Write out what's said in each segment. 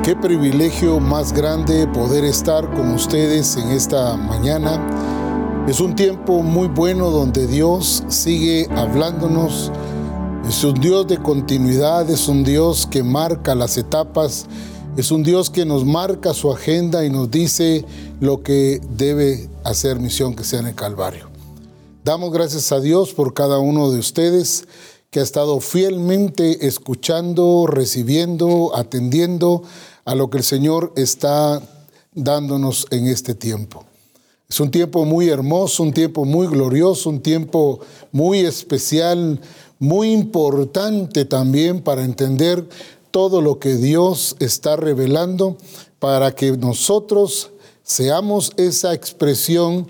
Qué privilegio más grande poder estar con ustedes en esta mañana. Es un tiempo muy bueno donde Dios sigue hablándonos. Es un Dios de continuidad, es un Dios que marca las etapas, es un Dios que nos marca su agenda y nos dice lo que debe hacer Misión Cristiana El Calvario. Damos gracias a Dios por cada uno de ustedes que ha estado fielmente escuchando, recibiendo, atendiendo a lo que el Señor está dándonos en este tiempo. Es un tiempo muy hermoso, un tiempo muy glorioso, un tiempo muy especial, muy importante también para entender todo lo que Dios está revelando para que nosotros seamos esa expresión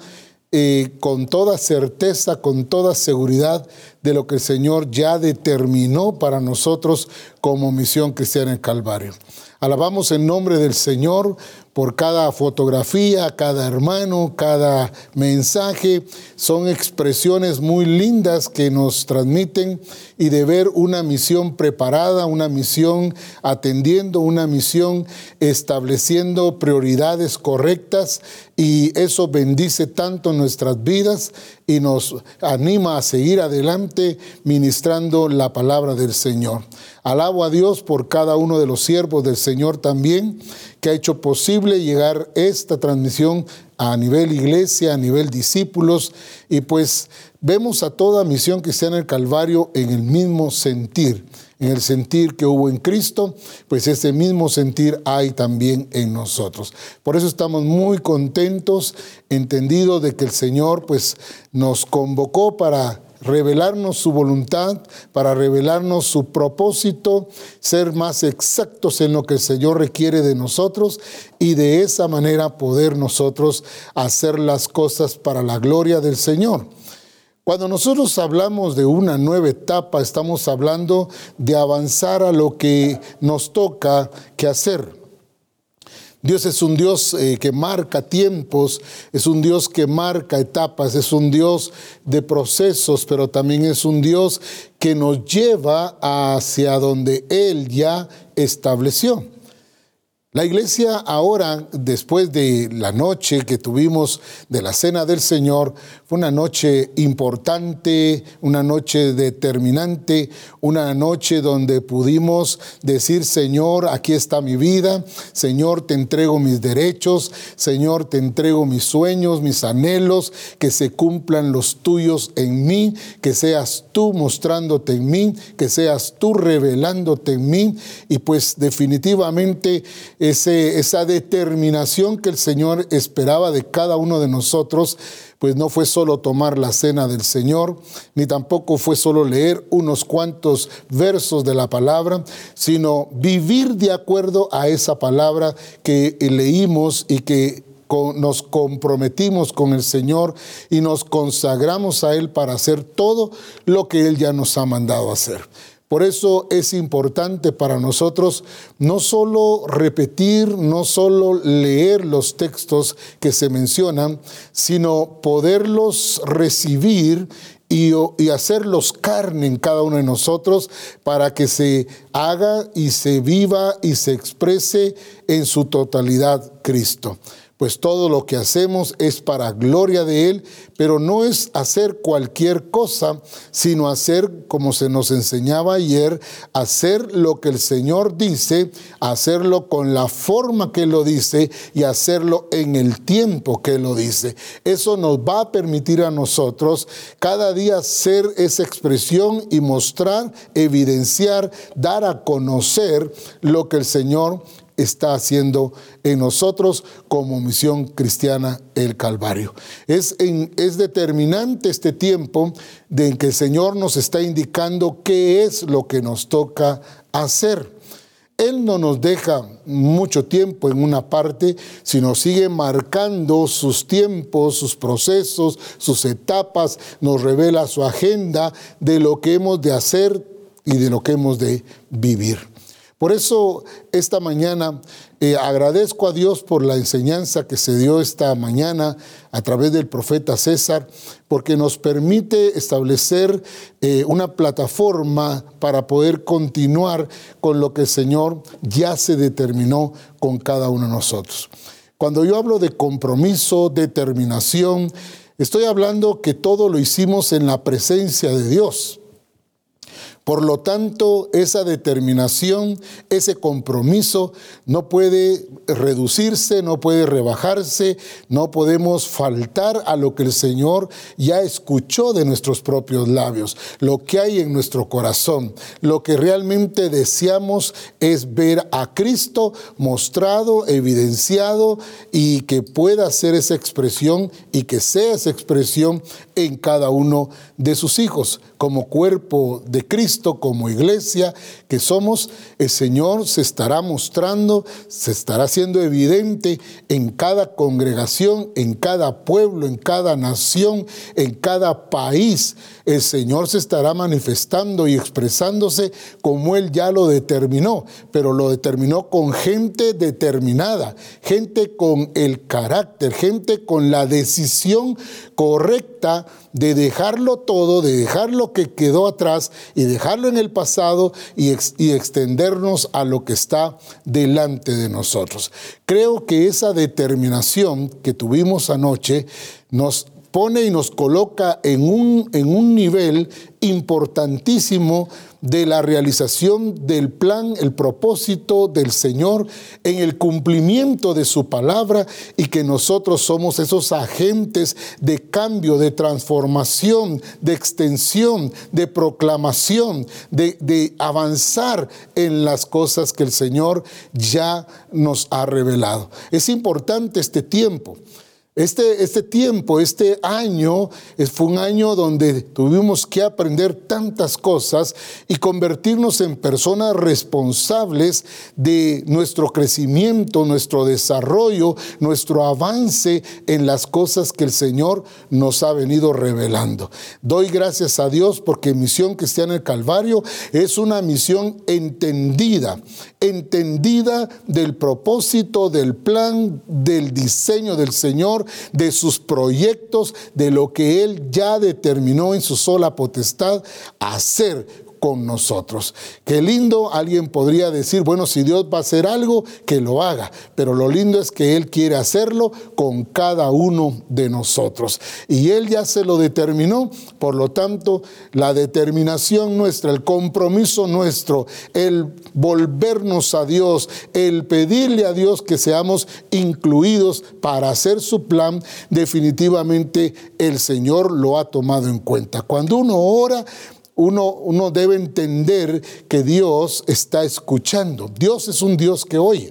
con toda certeza, con toda seguridad de lo que el Señor ya determinó para nosotros como Misión Cristiana El Calvario. Alabamos el nombre del Señor por cada fotografía, cada hermano, cada mensaje. Son expresiones muy lindas que nos transmiten y de ver una misión preparada, una misión atendiendo, una misión estableciendo prioridades correctas, y eso bendice tanto nuestras vidas y nos anima a seguir adelante ministrando la palabra del Señor. Alabo a Dios por cada uno de los siervos del Señor también, que ha hecho posible llegar esta transmisión a nivel iglesia, a nivel discípulos, y pues vemos a toda Misión Cristiana El Calvario en el mismo sentir. En el sentir que hubo en Cristo, pues ese mismo sentir hay también en nosotros. Por eso estamos muy contentos, entendidos de que el Señor pues nos convocó para revelarnos su voluntad, para revelarnos su propósito, ser más exactos en lo que el Señor requiere de nosotros y de esa manera poder nosotros hacer las cosas para la gloria del Señor. Cuando nosotros hablamos de una nueva etapa, estamos hablando de avanzar a lo que nos toca que hacer. Dios es un Dios que marca tiempos, es un Dios que marca etapas, es un Dios de procesos, pero también es un Dios que nos lleva hacia donde Él ya estableció. La iglesia ahora, después de la noche que tuvimos de la Cena del Señor, fue una noche importante, una noche determinante, una noche donde pudimos decir: Señor, aquí está mi vida, Señor, te entrego mis derechos, Señor, te entrego mis sueños, mis anhelos, que se cumplan los tuyos en mí, que seas tú mostrándote en mí, que seas tú revelándote en mí. Y pues definitivamente esa determinación que el Señor esperaba de cada uno de nosotros, pues no fue solo tomar la cena del Señor, ni tampoco fue solo leer unos cuantos versos de la palabra, sino vivir de acuerdo a esa palabra que leímos y que nos comprometimos con el Señor y nos consagramos a Él para hacer todo lo que Él ya nos ha mandado hacer. Por eso es importante para nosotros no solo repetir, no solo leer los textos que se mencionan, sino poderlos recibir y hacerlos carne en cada uno de nosotros para que se haga y se viva y se exprese en su totalidad Cristo. Pues todo lo que hacemos es para gloria de Él, pero no es hacer cualquier cosa, sino hacer, como se nos enseñaba ayer, hacer lo que el Señor dice, hacerlo con la forma que Él lo dice y hacerlo en el tiempo que Él lo dice. Eso nos va a permitir a nosotros cada día ser esa expresión y mostrar, evidenciar, dar a conocer lo que el Señor está haciendo en nosotros como Misión Cristiana El Calvario. Es determinante este tiempo en que el Señor nos está indicando qué es lo que nos toca hacer. Él no nos deja mucho tiempo en una parte, sino sigue marcando sus tiempos, sus procesos, sus etapas, nos revela su agenda de lo que hemos de hacer y de lo que hemos de vivir. Por eso esta mañana agradezco a Dios por la enseñanza que se dio esta mañana a través del profeta César, porque nos permite establecer una plataforma para poder continuar con lo que el Señor ya se determinó con cada uno de nosotros. Cuando yo hablo de compromiso, determinación, estoy hablando que todo lo hicimos en la presencia de Dios. Por lo tanto, esa determinación, ese compromiso no puede reducirse, no puede rebajarse, no podemos faltar a lo que el Señor ya escuchó de nuestros propios labios, lo que hay en nuestro corazón. Lo que realmente deseamos es ver a Cristo mostrado, evidenciado y que pueda ser esa expresión y que sea esa expresión en cada uno de sus hijos. Como cuerpo de Cristo, como iglesia que somos, el Señor se estará mostrando, se estará haciendo evidente en cada congregación, en cada pueblo, en cada nación, en cada país. El Señor se estará manifestando y expresándose como Él ya lo determinó, pero lo determinó con gente determinada, gente con el carácter, gente con la decisión correcta de dejarlo todo, de dejar lo que quedó atrás y dejarlo en el pasado y extendernos a lo que está delante de nosotros. Creo que esa determinación que tuvimos anoche nos pone y nos coloca en un nivel importantísimo de la realización del plan, el propósito del Señor en el cumplimiento de su palabra, y que nosotros somos esos agentes de cambio, de transformación, de extensión, de proclamación, de avanzar en las cosas que el Señor ya nos ha revelado. Es importante este tiempo. Este año fue un año donde tuvimos que aprender tantas cosas y convertirnos en personas responsables de nuestro crecimiento, nuestro desarrollo, nuestro avance en las cosas que el Señor nos ha venido revelando. Doy gracias a Dios porque Misión Cristiana del Calvario es una misión entendida del propósito, del plan, del diseño del Señor, de sus proyectos, de lo que Él ya determinó en su sola potestad hacer con nosotros. Qué lindo, alguien podría decir, bueno, si Dios va a hacer algo, que lo haga, pero lo lindo es que Él quiere hacerlo con cada uno de nosotros. Y Él ya se lo determinó, por lo tanto, la determinación nuestra, el compromiso nuestro, el volvernos a Dios, el pedirle a Dios que seamos incluidos para hacer su plan, definitivamente el Señor lo ha tomado en cuenta. Cuando uno ora, uno debe entender que Dios está escuchando. Dios es un Dios que oye.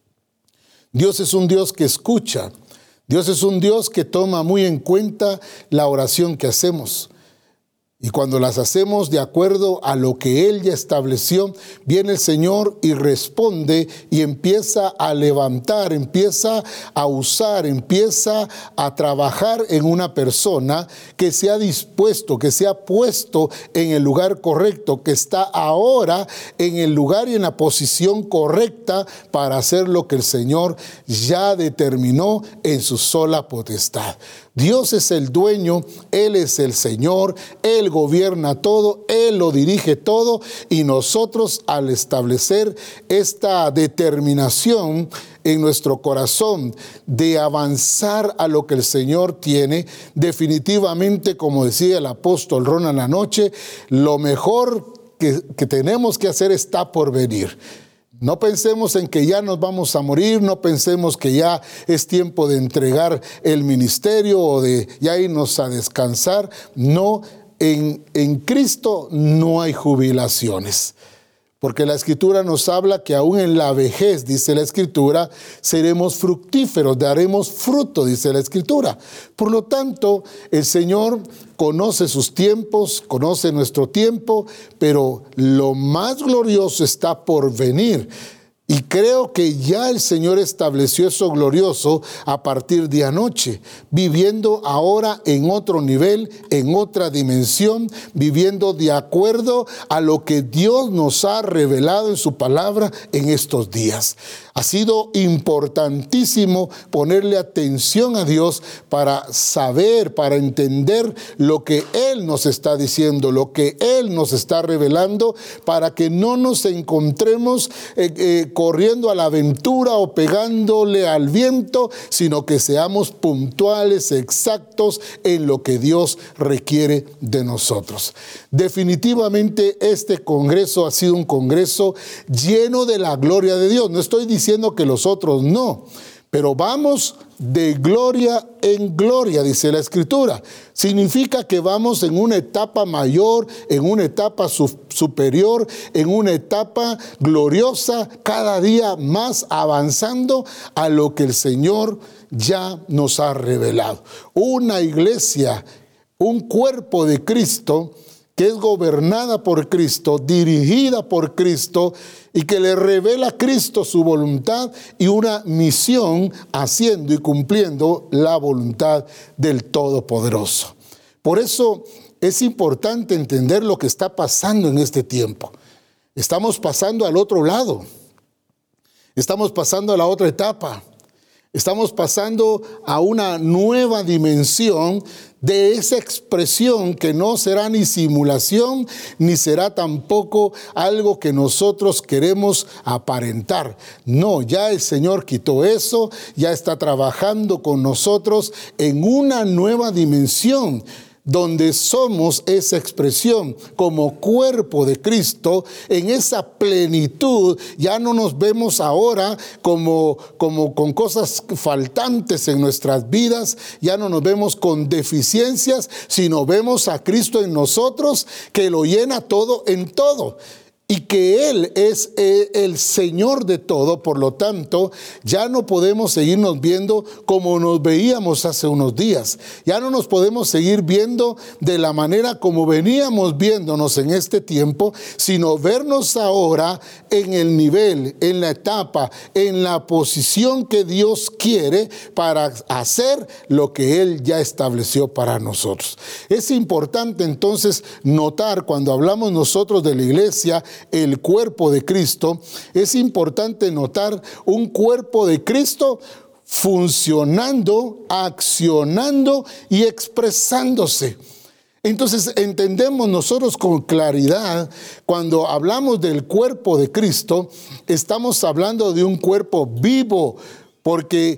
Dios es un Dios que escucha. Dios es un Dios que toma muy en cuenta la oración que hacemos. Y cuando las hacemos de acuerdo a lo que Él ya estableció, viene el Señor y responde y empieza a levantar, empieza a usar, empieza a trabajar en una persona que se ha dispuesto, que se ha puesto en el lugar correcto, que está ahora en el lugar y en la posición correcta para hacer lo que el Señor ya determinó en su sola potestad. Dios es el dueño, Él es el Señor, Él gobierna todo, Él lo dirige todo, y nosotros, al establecer esta determinación en nuestro corazón de avanzar a lo que el Señor tiene, definitivamente, como decía el apóstol Ronald anoche, lo mejor que tenemos que hacer está por venir. No pensemos en que ya nos vamos a morir, no pensemos que ya es tiempo de entregar el ministerio o de ya irnos a descansar. No, en Cristo no hay jubilaciones. Porque la Escritura nos habla que aún en la vejez, dice la Escritura, seremos fructíferos, daremos fruto, dice la Escritura. Por lo tanto, el Señor conoce sus tiempos, conoce nuestro tiempo, pero lo más glorioso está por venir. Y creo que ya el Señor estableció eso glorioso a partir de anoche, viviendo ahora en otro nivel, en otra dimensión, viviendo de acuerdo a lo que Dios nos ha revelado en su palabra en estos días. Ha sido importantísimo ponerle atención a Dios para saber, para entender lo que Él nos está diciendo, lo que Él nos está revelando, para que no nos encontremos corriendo a la aventura o pegándole al viento, sino que seamos puntuales, exactos en lo que Dios requiere de nosotros. Definitivamente este congreso ha sido un congreso lleno de la gloria de Dios. No estoy diciendo que los otros no, pero vamos de gloria en gloria, dice la Escritura. Significa que vamos en una etapa mayor, en una etapa superior, en una etapa gloriosa, cada día más avanzando a lo que el Señor ya nos ha revelado. Una iglesia, un cuerpo de Cristo, que es gobernada por Cristo, dirigida por Cristo, y que le revela a Cristo su voluntad y una misión haciendo y cumpliendo la voluntad del Todopoderoso. Por eso es importante entender lo que está pasando en este tiempo. Estamos pasando al otro lado. Estamos pasando a la otra etapa. Estamos pasando a una nueva dimensión de esa expresión que no será ni simulación, ni será tampoco algo que nosotros queremos aparentar. No, ya el Señor quitó eso, ya está trabajando con nosotros en una nueva dimensión, donde somos esa expresión como cuerpo de Cristo, en esa plenitud. Ya no nos vemos ahora como con cosas faltantes en nuestras vidas, ya no nos vemos con deficiencias, sino vemos a Cristo en nosotros, que lo llena todo en todo. Y que Él es el Señor de todo. Por lo tanto, ya no podemos seguirnos viendo como nos veíamos hace unos días. Ya no nos podemos seguir viendo de la manera como veníamos viéndonos en este tiempo, sino vernos ahora en el nivel, en la etapa, en la posición que Dios quiere para hacer lo que Él ya estableció para nosotros. Es importante entonces notar, cuando hablamos nosotros de la iglesia, el cuerpo de Cristo, es importante notar un cuerpo de Cristo funcionando, accionando y expresándose. Entonces entendemos nosotros con claridad, cuando hablamos del cuerpo de Cristo, estamos hablando de un cuerpo vivo, porque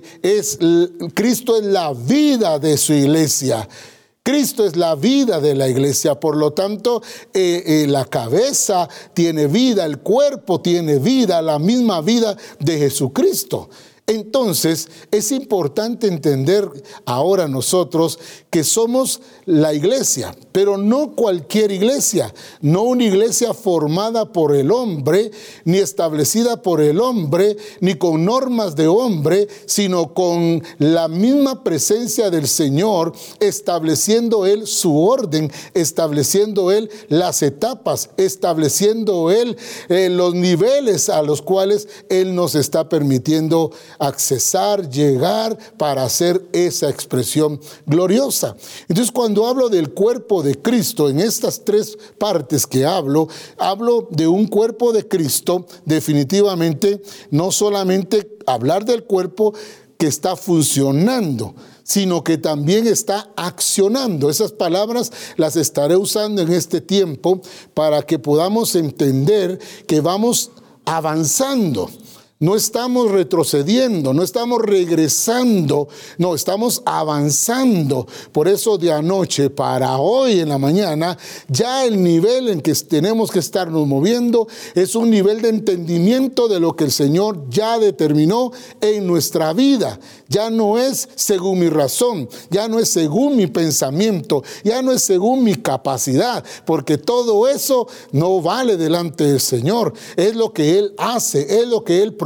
Cristo es la vida de su iglesia. Cristo es la vida de la iglesia. Por lo tanto, la cabeza tiene vida, el cuerpo tiene vida, la misma vida de Jesucristo. Entonces, es importante entender ahora nosotros que somos la iglesia, pero no cualquier iglesia, no una iglesia formada por el hombre, ni establecida por el hombre, ni con normas de hombre, sino con la misma presencia del Señor, estableciendo Él su orden, estableciendo Él las etapas, estableciendo Él los niveles a los cuales Él nos está permitiendo accesar, llegar para hacer esa expresión gloriosa. Entonces, cuando hablo del cuerpo de Cristo, en estas tres partes que hablo de un cuerpo de Cristo, definitivamente, no solamente hablar del cuerpo que está funcionando, sino que también está accionando. Esas palabras las estaré usando en este tiempo para que podamos entender que vamos avanzando. No estamos retrocediendo, no estamos regresando, no, estamos avanzando. Por eso de anoche para hoy en la mañana, ya el nivel en que tenemos que estarnos moviendo es un nivel de entendimiento de lo que el Señor ya determinó en nuestra vida. Ya no es según mi razón, ya no es según mi pensamiento, ya no es según mi capacidad, porque todo eso no vale delante del Señor. Es lo que Él hace, es lo que Él produce.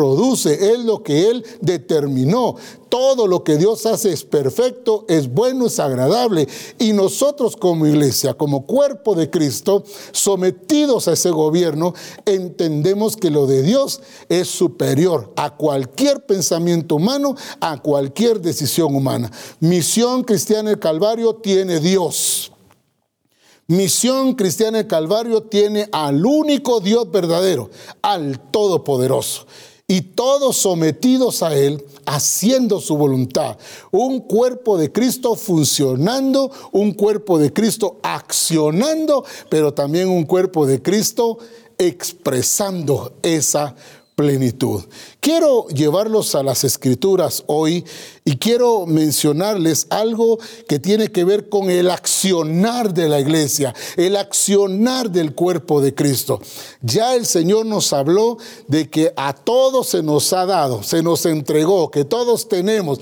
produce, es lo que Él determinó. Todo lo que Dios hace es perfecto, es bueno, es agradable. Y nosotros como iglesia, como cuerpo de Cristo, sometidos a ese gobierno, entendemos que lo de Dios es superior a cualquier pensamiento humano, a cualquier decisión humana. Misión Cristiana del Calvario tiene Dios. Misión Cristiana del Calvario tiene al único Dios verdadero, al Todopoderoso. Y todos sometidos a Él, haciendo su voluntad. Un cuerpo de Cristo funcionando, un cuerpo de Cristo accionando, pero también un cuerpo de Cristo expresando esa plenitud. Quiero llevarlos a las Escrituras hoy y quiero mencionarles algo que tiene que ver con el accionar de la iglesia, el accionar del cuerpo de Cristo. Ya el Señor nos habló de que a todos se nos ha dado, se nos entregó, que todos tenemos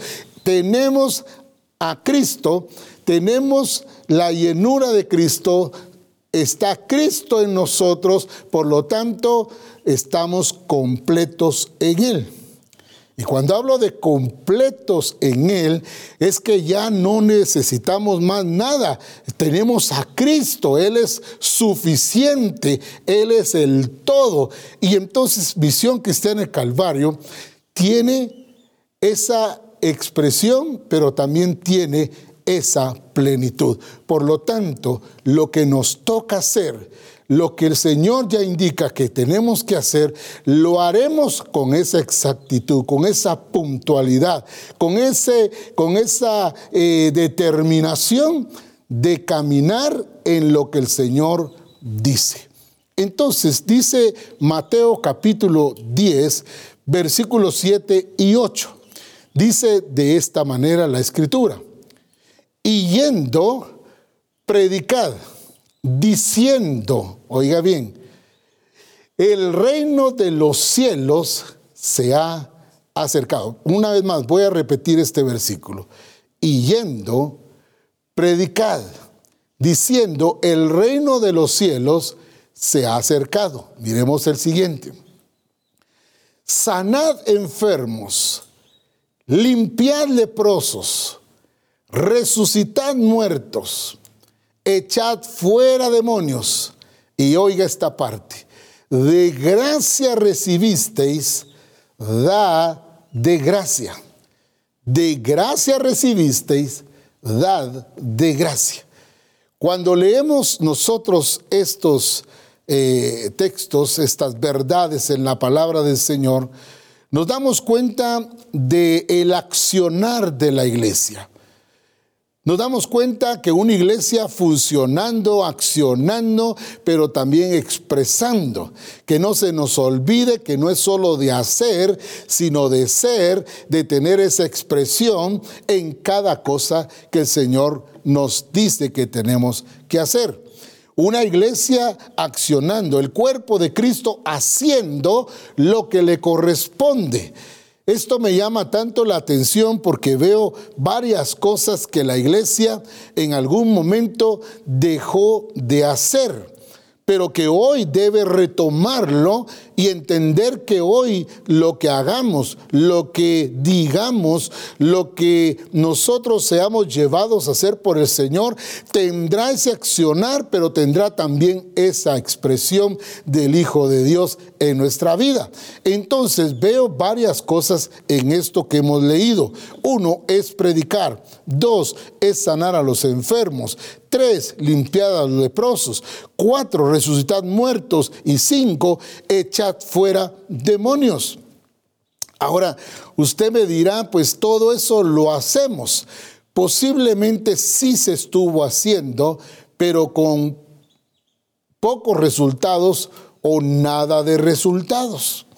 a Cristo, tenemos la llenura de Cristo, está Cristo en nosotros, por lo tanto, estamos completos en Él. Y cuando hablo de completos en Él, es que ya no necesitamos más nada. Tenemos a Cristo, Él es suficiente, Él es el todo. Y entonces Visión Cristiana del Calvario tiene esa expresión, pero también tiene esa plenitud. Por lo tanto, lo que nos toca hacer, lo que el Señor ya indica que tenemos que hacer, lo haremos con esa exactitud, con esa puntualidad, con esa determinación de caminar en lo que el Señor dice. Entonces, dice Mateo capítulo 10, versículos 7 y 8. Dice de esta manera la Escritura: y yendo, predicad, diciendo, oiga bien, el reino de los cielos se ha acercado. Una vez más, voy a repetir este versículo. Y yendo, predicad, diciendo, el reino de los cielos se ha acercado. Miremos el siguiente. Sanad enfermos, limpiad leprosos, resucitad muertos, echad fuera demonios. Y oiga esta parte: de gracia recibisteis, dad de gracia. De gracia recibisteis, dad de gracia. Cuando leemos nosotros estos textos, estas verdades en la palabra del Señor, nos damos cuenta del accionar de la iglesia. Nos damos cuenta que una iglesia funcionando, accionando, pero también expresando. Que no se nos olvide que no es solo de hacer, sino de ser, de tener esa expresión en cada cosa que el Señor nos dice que tenemos que hacer. Una iglesia accionando, el cuerpo de Cristo haciendo lo que le corresponde. Esto me llama tanto la atención porque veo varias cosas que la iglesia en algún momento dejó de hacer, pero que hoy debe retomarlo y entender que hoy lo que hagamos, lo que digamos, lo que nosotros seamos llevados a hacer por el Señor, tendrá ese accionar, pero tendrá también esa expresión del Hijo de Dios en nuestra vida. Entonces veo varias cosas en esto que hemos leído. 1 es predicar. 2 es sanar a los enfermos. 3, limpiad a los leprosos. 4, resucitad muertos. Y 5, echad fuera demonios. Ahora, usted me dirá, pues todo eso lo hacemos. Posiblemente sí se estuvo haciendo, pero con pocos resultados o nada de resultados.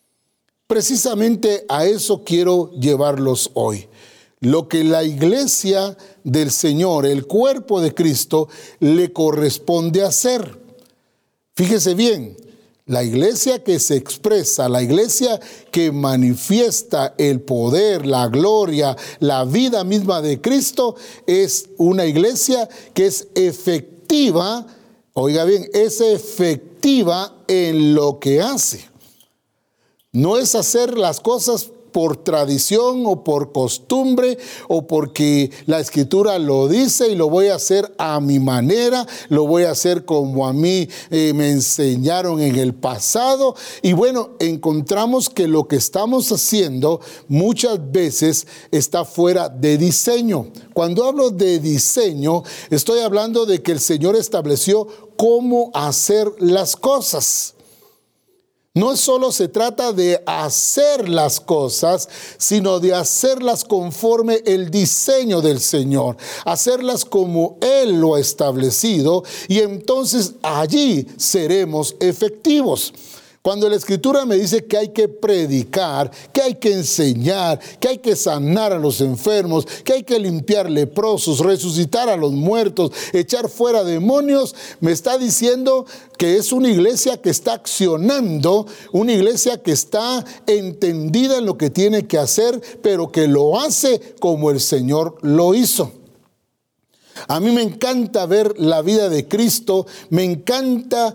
Precisamente a eso quiero llevarlos hoy. Lo que la iglesia del Señor, el cuerpo de Cristo, le corresponde hacer. Fíjese bien, la iglesia que se expresa, la iglesia que manifiesta el poder, la gloria, la vida misma de Cristo, es una iglesia que es efectiva, oiga bien, es efectiva en lo que hace. No es hacer las cosas por tradición o por costumbre o porque la Escritura lo dice y lo voy a hacer a mi manera, lo voy a hacer como a mí me enseñaron en el pasado. Y bueno, encontramos que lo que estamos haciendo muchas veces está fuera de diseño. Cuando hablo de diseño, estoy hablando de que el Señor estableció cómo hacer las cosas. No solo se trata de hacer las cosas, sino de hacerlas conforme el diseño del Señor, hacerlas como Él lo ha establecido, y entonces allí seremos efectivos. Cuando la Escritura me dice que hay que predicar, que hay que enseñar, que hay que sanar a los enfermos, que hay que limpiar leprosos, resucitar a los muertos, echar fuera demonios, me está diciendo que es una iglesia que está accionando, una iglesia que está entendida en lo que tiene que hacer, pero que lo hace como el Señor lo hizo. A mí me encanta ver la vida de Cristo, me encanta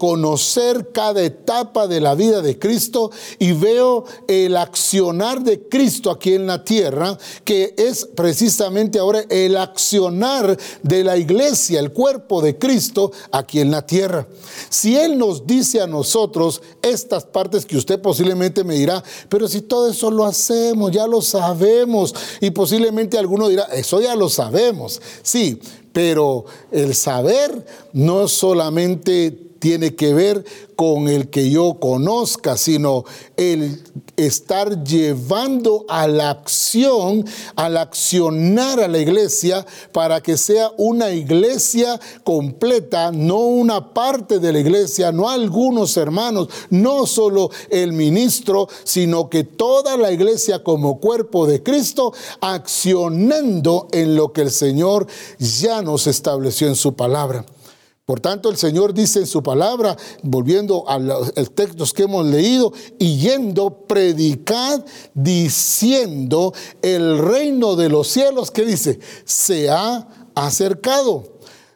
conocer cada etapa de la vida de Cristo y veo el accionar de Cristo aquí en la tierra, que es precisamente ahora el accionar de la iglesia, el cuerpo de Cristo aquí en la tierra. Si Él nos dice a nosotros estas partes que usted posiblemente me dirá, pero si todo eso lo hacemos, ya lo sabemos, y posiblemente alguno dirá, eso ya lo sabemos. Sí, pero el saber no solamente tiene que ver con el que yo conozca, sino el estar llevando a la acción, al accionar a la iglesia para que sea una iglesia completa, no una parte de la iglesia, no algunos hermanos, no solo el ministro, sino que toda la iglesia como cuerpo de Cristo accionando en lo que el Señor ya nos estableció en su palabra. Por tanto, el Señor dice en su palabra, volviendo a los textos que hemos leído, y yendo, predicad diciendo, el reino de los cielos, ¿qué dice? Se ha acercado.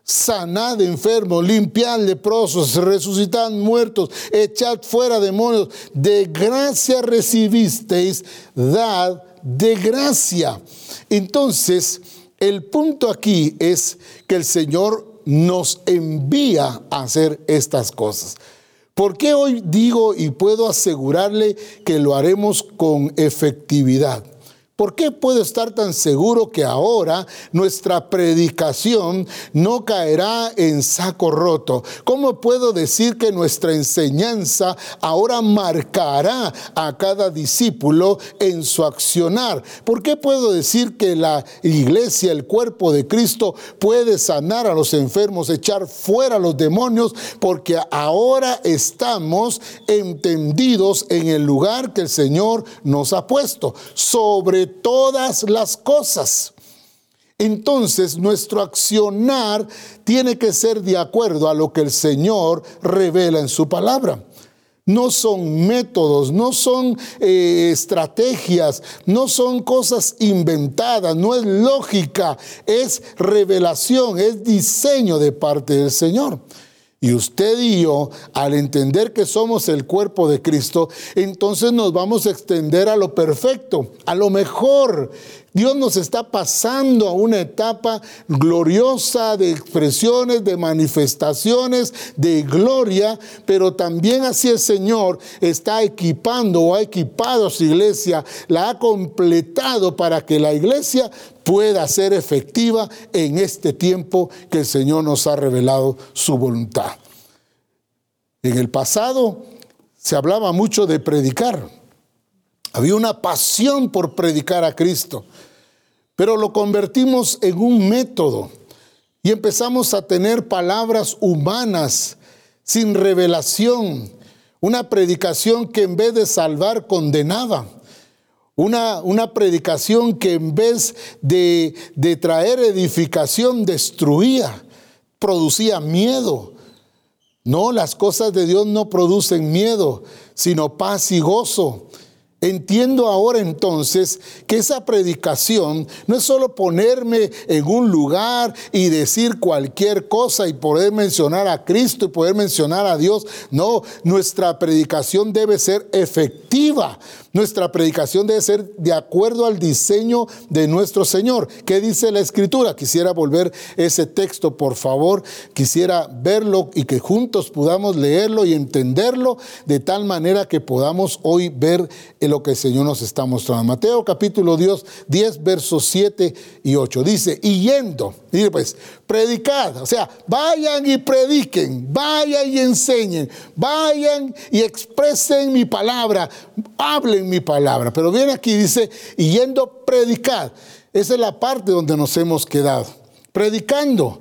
Sanad enfermos, limpiad leprosos, resucitad muertos, echad fuera demonios. De gracia recibisteis, dad de gracia. Entonces, el punto aquí es que el Señor nos envía a hacer estas cosas. ¿Por qué hoy digo y puedo asegurarle que lo haremos con efectividad? ¿Por qué puedo estar tan seguro que ahora nuestra predicación no caerá en saco roto? ¿Cómo puedo decir que nuestra enseñanza ahora marcará a cada discípulo en su accionar? ¿Por qué puedo decir que la iglesia, el cuerpo de Cristo, puede sanar a los enfermos, echar fuera a los demonios? Porque ahora estamos entendidos en el lugar que el Señor nos ha puesto, sobre todas las cosas. Entonces, nuestro accionar tiene que ser de acuerdo a lo que el Señor revela en su palabra. No son métodos, no son estrategias, no son cosas inventadas, no es lógica, es revelación, es diseño de parte del Señor. Y usted y yo, al entender que somos el cuerpo de Cristo, entonces nos vamos a extender a lo perfecto, a lo mejor. Dios nos está pasando a una etapa gloriosa de expresiones, de manifestaciones, de gloria, pero también así el Señor está equipando o ha equipado a su iglesia, la ha completado para que la iglesia pueda ser efectiva en este tiempo que el Señor nos ha revelado su voluntad. En el pasado se hablaba mucho de predicar. Había una pasión por predicar a Cristo, pero lo convertimos en un método y empezamos a tener palabras humanas sin revelación, una predicación que en vez de salvar condenaba, una predicación que en vez de traer edificación destruía, producía miedo. No, las cosas de Dios no producen miedo, sino paz y gozo Entiendo ahora entonces que esa predicación no es solo ponerme en un lugar y decir cualquier cosa y poder mencionar a Cristo y poder mencionar a Dios. No, nuestra predicación debe ser efectiva. Nuestra predicación debe ser de acuerdo al diseño de nuestro Señor. ¿Qué dice la Escritura? Quisiera volver ese texto, por favor. Quisiera verlo y que juntos podamos leerlo y entenderlo de tal manera que podamos hoy ver lo que el Señor nos está mostrando. Mateo capítulo 10, versos 7 y 8. Dice, y yendo, dice pues, predicad. O sea, vayan y prediquen, vayan y enseñen, vayan y expresen mi palabra, hablen mi palabra. Pero viene aquí, dice, y yendo, predicad. Esa es la parte donde nos hemos quedado. Predicando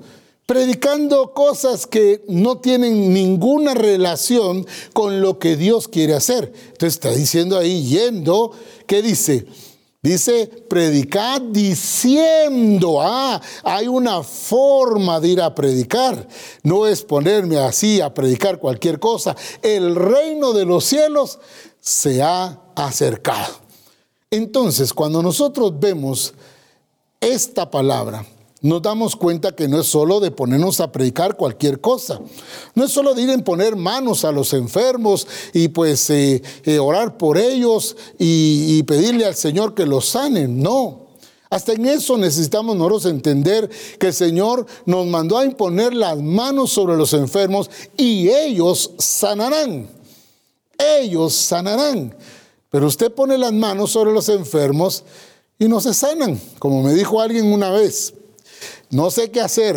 cosas que no tienen ninguna relación con lo que Dios quiere hacer. Entonces está diciendo ahí, yendo, ¿qué dice? Dice, predicad diciendo. Hay una forma de ir a predicar. No es ponerme así a predicar cualquier cosa. El reino de los cielos se ha acercado. Entonces, cuando nosotros vemos esta palabra, nos damos cuenta que no es solo de ponernos a predicar cualquier cosa. No es solo de ir a poner manos a los enfermos y pues orar por ellos y pedirle al Señor que los sane. No. Hasta en eso necesitamos nosotros entender que el Señor nos mandó a imponer las manos sobre los enfermos y ellos sanarán. Ellos sanarán. Pero usted pone las manos sobre los enfermos y no se sanan. Como me dijo alguien una vez, no sé qué hacer.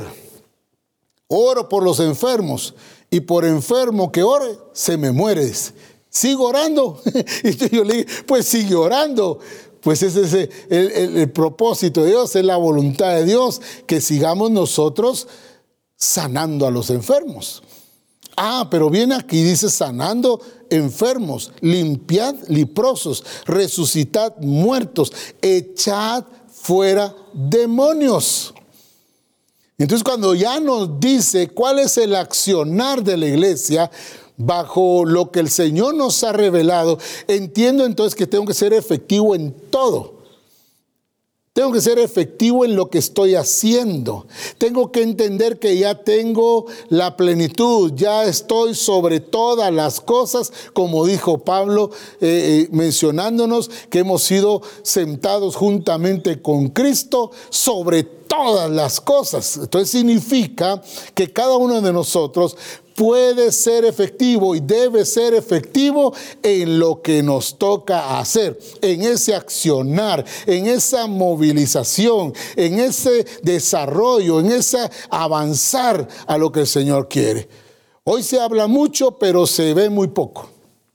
Oro por los enfermos y por enfermo que ore, se me muere. Sigo orando. Y yo le dije, pues sigue orando. Pues ese es el propósito de Dios, es la voluntad de Dios, que sigamos nosotros sanando a los enfermos. Pero viene aquí, dice, sanando enfermos, limpiad leprosos, resucitad muertos, echad fuera demonios. Entonces, cuando ya nos dice cuál es el accionar de la iglesia bajo lo que el Señor nos ha revelado, entiendo entonces que tengo que ser efectivo en todo. Tengo que ser efectivo en lo que estoy haciendo. Tengo que entender que ya tengo la plenitud, ya estoy sobre todas las cosas, como dijo Pablo, mencionándonos que hemos sido sentados juntamente con Cristo sobre todas las cosas. Entonces significa que cada uno de nosotros puede ser efectivo y debe ser efectivo en lo que nos toca hacer, en ese accionar, en esa movilización, en ese desarrollo, en ese avanzar a lo que el Señor quiere. Hoy se habla mucho, pero se ve muy poco.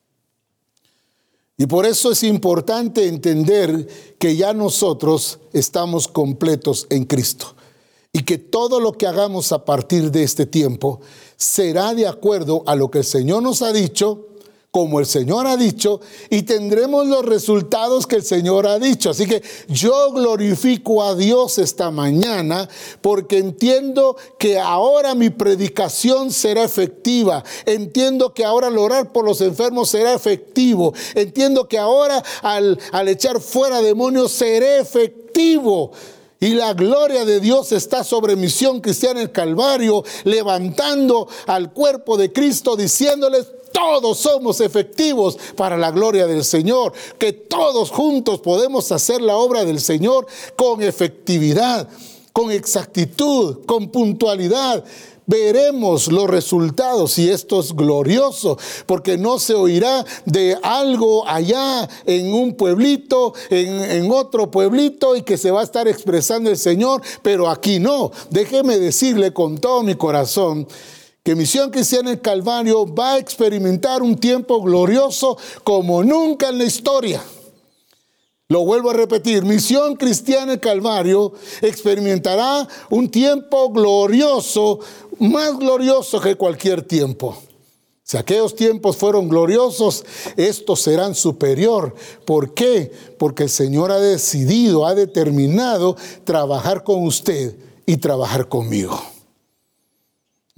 Y por eso es importante entender que ya nosotros estamos completos en Cristo. Y que todo lo que hagamos a partir de este tiempo será de acuerdo a lo que el Señor nos ha dicho, como el Señor ha dicho, y tendremos los resultados que el Señor ha dicho. Así que yo glorifico a Dios esta mañana porque entiendo que ahora mi predicación será efectiva. Entiendo que ahora el orar por los enfermos será efectivo. Entiendo que ahora al echar fuera demonios será efectivo. Y la gloria de Dios está sobre Misión Cristiana el Calvario, levantando al cuerpo de Cristo, diciéndoles: todos somos efectivos para la gloria del Señor, que todos juntos podemos hacer la obra del Señor con efectividad, con exactitud, con puntualidad. Veremos los resultados y esto es glorioso, porque no se oirá de algo allá en un pueblito, en otro pueblito, y que se va a estar expresando el Señor, pero aquí no. Déjeme decirle con todo mi corazón que Misión Cristiana el Calvario va a experimentar un tiempo glorioso como nunca en la historia. Lo vuelvo a repetir, Misión Cristiana el Calvario experimentará un tiempo glorioso, más glorioso que cualquier tiempo. Si aquellos tiempos fueron gloriosos, estos serán superior. ¿Por qué? Porque el Señor ha decidido, ha determinado trabajar con usted y trabajar conmigo.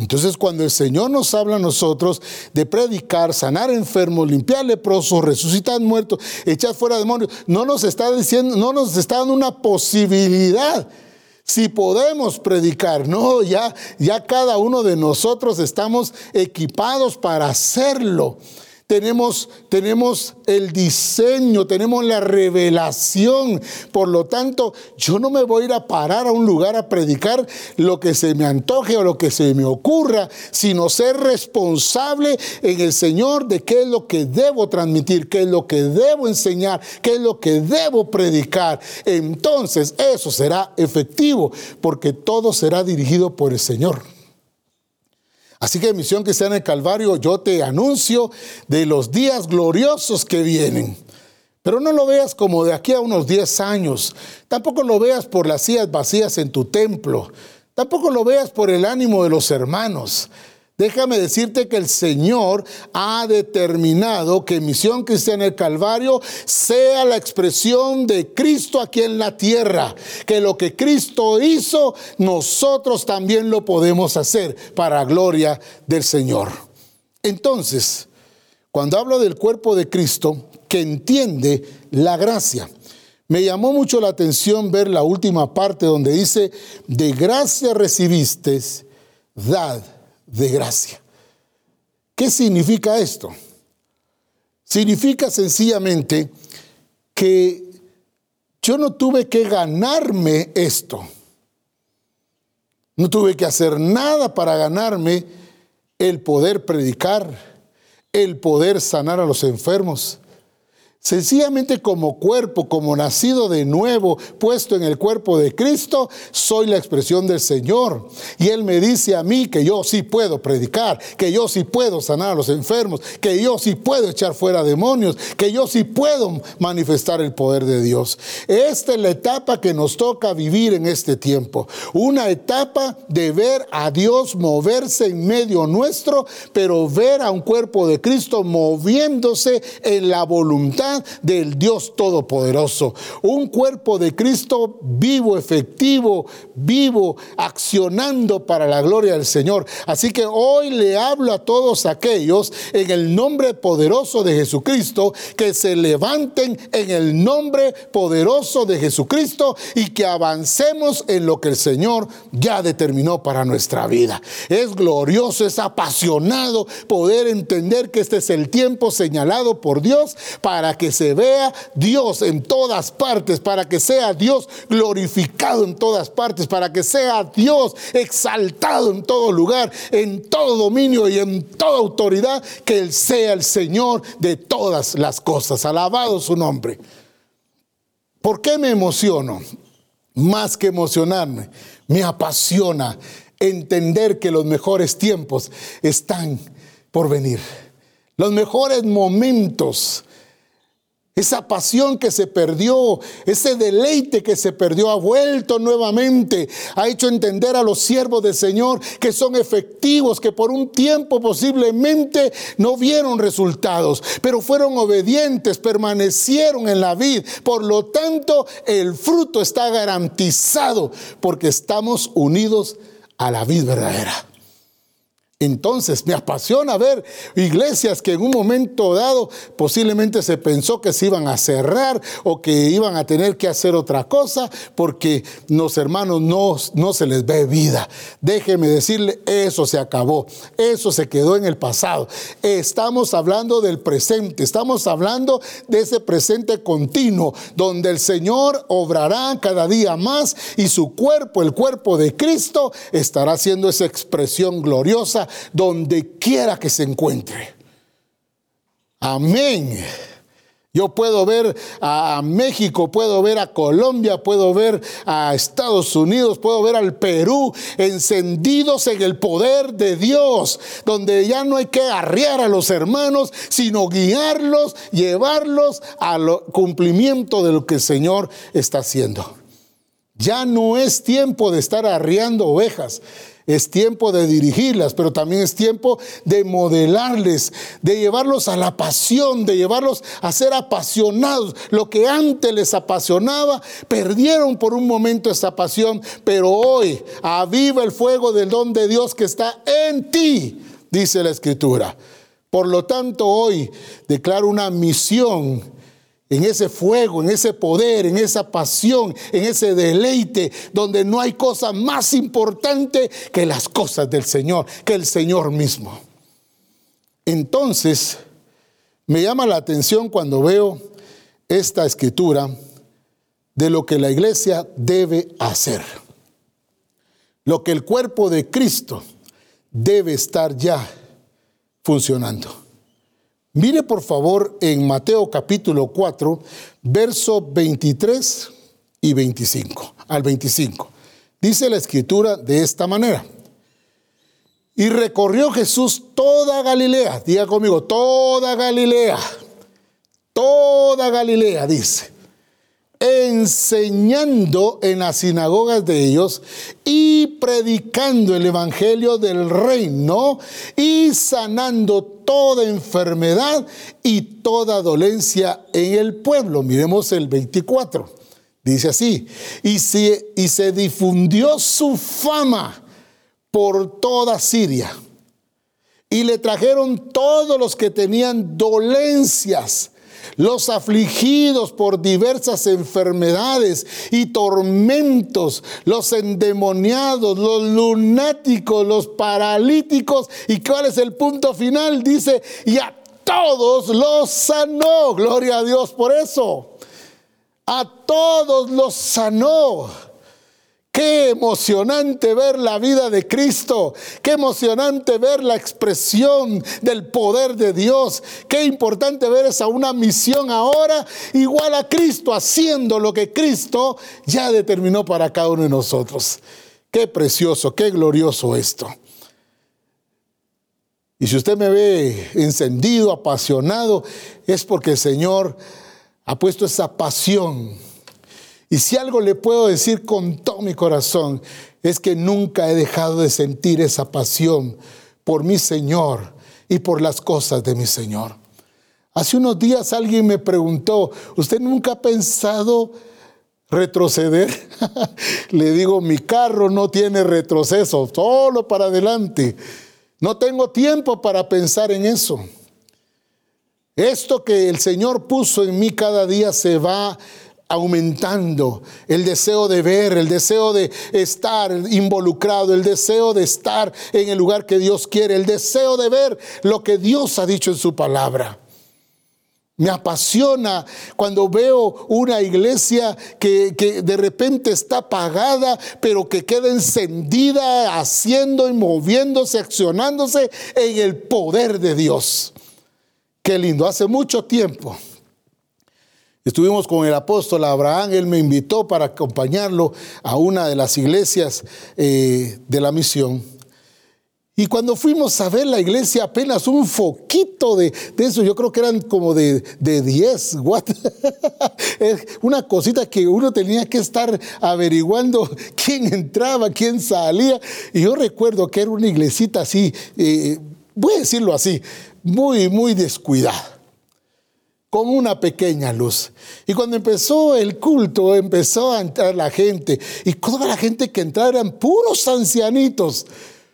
Entonces, cuando el Señor nos habla a nosotros de predicar, sanar enfermos, limpiar leprosos, resucitar muertos, echar fuera demonios, no nos está diciendo, no nos está dando una posibilidad. Si podemos predicar, no, ya cada uno de nosotros estamos equipados para hacerlo. Tenemos el diseño, tenemos la revelación. Por lo tanto, yo no me voy a ir a parar a un lugar a predicar lo que se me antoje o lo que se me ocurra, sino ser responsable en el Señor de qué es lo que debo transmitir, qué es lo que debo enseñar, qué es lo que debo predicar. Entonces, eso será efectivo, porque todo será dirigido por el Señor. Así que Misión Cristiana del Calvario, yo te anuncio de los días gloriosos que vienen. Pero no lo veas como de aquí a unos 10 años. Tampoco lo veas por las sillas vacías en tu templo. Tampoco lo veas por el ánimo de los hermanos. Déjame decirte que el Señor ha determinado que Misión Cristiana del Calvario sea la expresión de Cristo aquí en la tierra. Que lo que Cristo hizo, nosotros también lo podemos hacer para gloria del Señor. Entonces, cuando hablo del cuerpo de Cristo, que entiende la gracia. Me llamó mucho la atención ver la última parte donde dice, de gracia recibisteis, dad de gracia. ¿Qué significa esto? Significa sencillamente que yo no tuve que ganarme esto. No tuve que hacer nada para ganarme el poder predicar, el poder sanar a los enfermos. Sencillamente como cuerpo, como nacido de nuevo, puesto en el cuerpo de Cristo, soy la expresión del Señor. Y Él me dice a mí que yo sí puedo predicar, que yo sí puedo sanar a los enfermos, que yo sí puedo echar fuera demonios, que yo sí puedo manifestar el poder de Dios. Esta es la etapa que nos toca vivir en este tiempo. Una etapa de ver a Dios moverse en medio nuestro, pero ver a un cuerpo de Cristo moviéndose en la voluntad del Dios Todopoderoso. Un cuerpo de Cristo vivo, efectivo, vivo, accionando para la gloria del Señor. Así que hoy le hablo a todos aquellos en el nombre poderoso de Jesucristo, que se levanten en el nombre poderoso de Jesucristo y que avancemos en lo que el Señor ya determinó para nuestra vida. Es glorioso, es apasionado poder entender que este es el tiempo señalado por Dios para que se vea Dios en todas partes, para que sea Dios glorificado en todas partes, para que sea Dios exaltado en todo lugar, en todo dominio y en toda autoridad, que Él sea el Señor de todas las cosas. Alabado su nombre. ¿Por qué me emociono? Más que emocionarme, me apasiona entender que los mejores tiempos están por venir. Los mejores momentos. Esa pasión que se perdió, ese deleite que se perdió, ha vuelto nuevamente, ha hecho entender a los siervos del Señor que son efectivos, que por un tiempo posiblemente no vieron resultados, pero fueron obedientes, permanecieron en la vid. Por lo tanto, el fruto está garantizado porque estamos unidos a la vid verdadera. Entonces me apasiona ver iglesias que en un momento dado posiblemente se pensó que se iban a cerrar o que iban a tener que hacer otra cosa porque los hermanos no se les ve vida. Déjeme decirle, eso se acabó, eso se quedó en el pasado. Estamos hablando del presente, estamos hablando de ese presente continuo donde el Señor obrará cada día más y su cuerpo, el cuerpo de Cristo, estará haciendo esa expresión gloriosa donde quiera que se encuentre. Amén. Yo puedo ver a México, puedo ver a Colombia, puedo ver a Estados Unidos, puedo ver al Perú encendidos en el poder de Dios, donde ya no hay que arriar a los hermanos, sino guiarlos, llevarlos al cumplimiento de lo que el Señor está haciendo. Ya no es tiempo de estar arriando ovejas. Es tiempo de dirigirlas, pero también es tiempo de modelarles, de llevarlos a la pasión, de llevarlos a ser apasionados. Lo que antes les apasionaba, perdieron por un momento esa pasión, pero hoy aviva el fuego del don de Dios que está en ti, dice la Escritura. Por lo tanto, hoy declaro una misión en ese fuego, en ese poder, en esa pasión, en ese deleite, donde no hay cosa más importante que las cosas del Señor, que el Señor mismo. Entonces, me llama la atención cuando veo esta escritura de lo que la iglesia debe hacer. Lo que el cuerpo de Cristo debe estar ya funcionando. Mire por favor en Mateo capítulo 4, versos 23 y 25, al 25. Dice la escritura de esta manera. Y recorrió Jesús toda Galilea. Diga conmigo, toda Galilea. Toda Galilea, dice. Enseñando en las sinagogas de ellos y predicando el evangelio del reino y sanando toda enfermedad y toda dolencia en el pueblo. Miremos el 24. Dice así: y se difundió su fama por toda Siria. Y le trajeron todos los que tenían dolencias, los afligidos por diversas enfermedades y tormentos, los endemoniados, los lunáticos, los paralíticos. ¿Y cuál es el punto final? Dice, y a todos los sanó. Gloria a Dios por eso. A todos los sanó. Qué emocionante ver la vida de Cristo. Qué emocionante ver la expresión del poder de Dios. Qué importante ver esa una misión ahora igual a Cristo, haciendo lo que Cristo ya determinó para cada uno de nosotros. Qué precioso, qué glorioso esto. Y si usted me ve encendido, apasionado, es porque el Señor ha puesto esa pasión. Y si algo le puedo decir con todo mi corazón, es que nunca he dejado de sentir esa pasión por mi Señor y por las cosas de mi Señor. Hace unos días alguien me preguntó, ¿usted nunca ha pensado retroceder? Le digo, mi carro no tiene retroceso, solo para adelante. No tengo tiempo para pensar en eso. Esto que el Señor puso en mí cada día se va aumentando, el deseo de ver, el deseo de estar involucrado, el deseo de estar en el lugar que Dios quiere, el deseo de ver lo que Dios ha dicho en su palabra. Me apasiona cuando veo una iglesia que de repente está apagada, pero que queda encendida, haciendo y moviéndose, accionándose en el poder de Dios. Qué lindo. Hace mucho tiempo estuvimos con el apóstol Abraham. Él me invitó para acompañarlo a una de las iglesias de la misión. Y cuando fuimos a ver la iglesia, apenas un foquito de eso, yo creo que eran como de 10 watts. Una cosita que uno tenía que estar averiguando quién entraba, quién salía. Y yo recuerdo que era una iglesita así, voy a decirlo así, muy, muy descuidada, con una pequeña luz. Y cuando empezó el culto, empezó a entrar la gente. Y toda la gente que entraba eran puros ancianitos.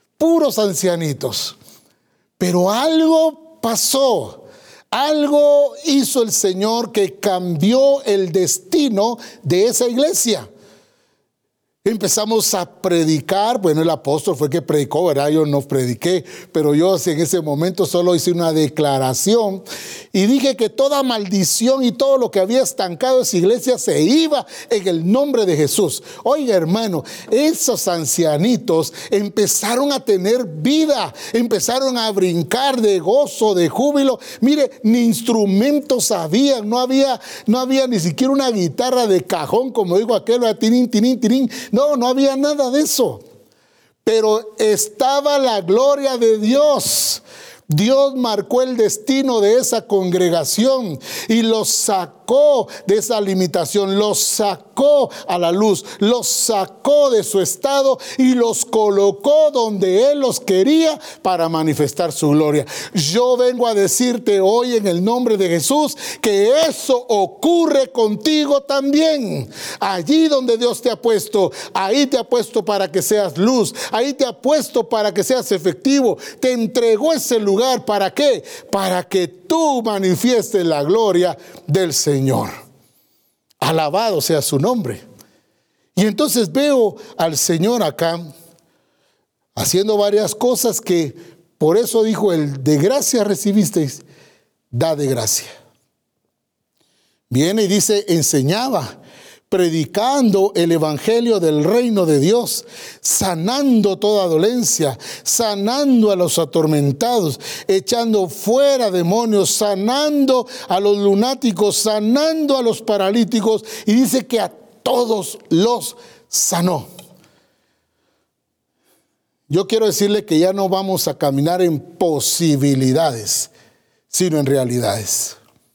Pero algo pasó, algo hizo el Señor que cambió el destino de esa iglesia. Empezamos a predicar. Bueno, el apóstol fue el que predicó, ¿verdad? Yo no prediqué, pero yo en ese momento solo hice una declaración y dije que toda maldición y todo lo que había estancado esa iglesia se iba en el nombre de Jesús. Oiga, hermano, esos ancianitos empezaron a tener vida, empezaron a brincar de gozo, de júbilo. Mire, ni instrumentos habían, no había ni siquiera una guitarra de cajón, como digo aquel, tirín, tirín, tirín. No había nada de eso. Pero estaba la gloria de Dios. Dios marcó el destino de esa congregación y los sacó de esa limitación, los sacó sacó a la luz, los sacó de su estado y los colocó donde Él los quería para manifestar su gloria. Yo vengo a decirte hoy en el nombre de Jesús que eso ocurre contigo también. Allí donde Dios te ha puesto, ahí te ha puesto para que seas luz, ahí te ha puesto para que seas efectivo. Te entregó ese lugar, ¿para qué? Para que tú manifiestes la gloria del Señor. Alabado sea su nombre. Y entonces veo al Señor acá haciendo varias cosas que por eso dijo el de gracia recibisteis, da de gracia. Viene y dice, enseñaba, predicando el evangelio del reino de Dios, sanando toda dolencia, sanando a los atormentados, echando fuera demonios, sanando a los lunáticos, sanando a los paralíticos, y dice que a todos los sanó. Yo quiero decirle que ya no vamos a caminar en posibilidades, sino en realidades.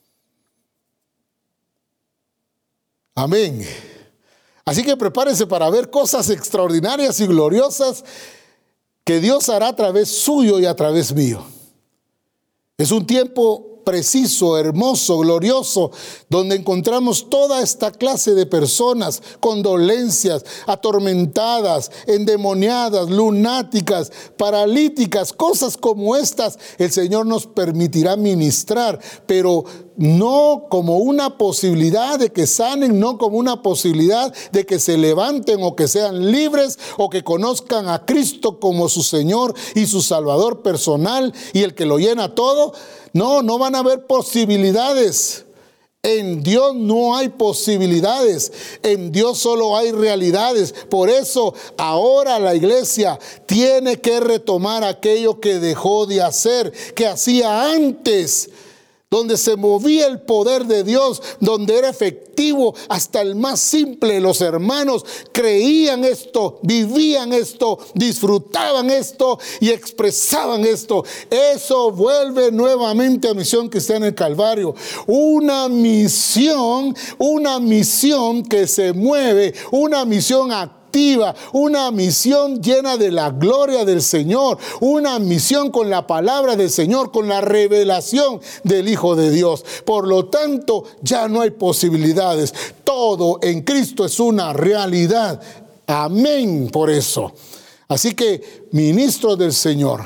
Amén. Así que prepárese para ver cosas extraordinarias y gloriosas que Dios hará a través suyo y a través mío. Es un tiempo preciso, hermoso, glorioso, donde encontramos toda esta clase de personas con dolencias, atormentadas, endemoniadas, lunáticas, paralíticas, cosas como estas. El Señor nos permitirá ministrar, pero no como una posibilidad de que sanen, no como una posibilidad de que se levanten o que sean libres o que conozcan a Cristo como su Señor y su Salvador personal y el que lo llena todo. No, no van a haber posibilidades. En Dios no hay posibilidades. En Dios solo hay realidades. Por eso ahora la iglesia tiene que retomar aquello que dejó de hacer, que hacía antes, donde se movía el poder de Dios, donde era efectivo hasta el más simple. Los hermanos creían esto, vivían esto, disfrutaban esto y expresaban esto. Eso vuelve nuevamente a Misión Cristiana del Calvario. Una misión que se mueve, una misión activa, una misión llena de la gloria del Señor, una misión con la palabra del Señor, con la revelación del Hijo de Dios. Por lo tanto, ya no hay posibilidades. Todo en Cristo es una realidad. Amén por eso. Así que, ministros del Señor,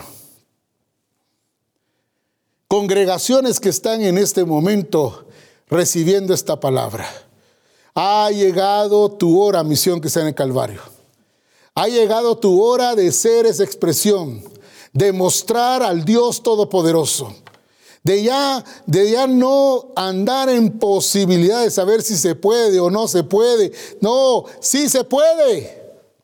congregaciones que están en este momento recibiendo esta palabra, ha llegado tu hora, Misión Cristiana en el Calvario. Ha llegado tu hora de ser esa expresión, de mostrar al Dios Todopoderoso, de ya no andar en posibilidad de saber si se puede o no se puede. No, sí se puede.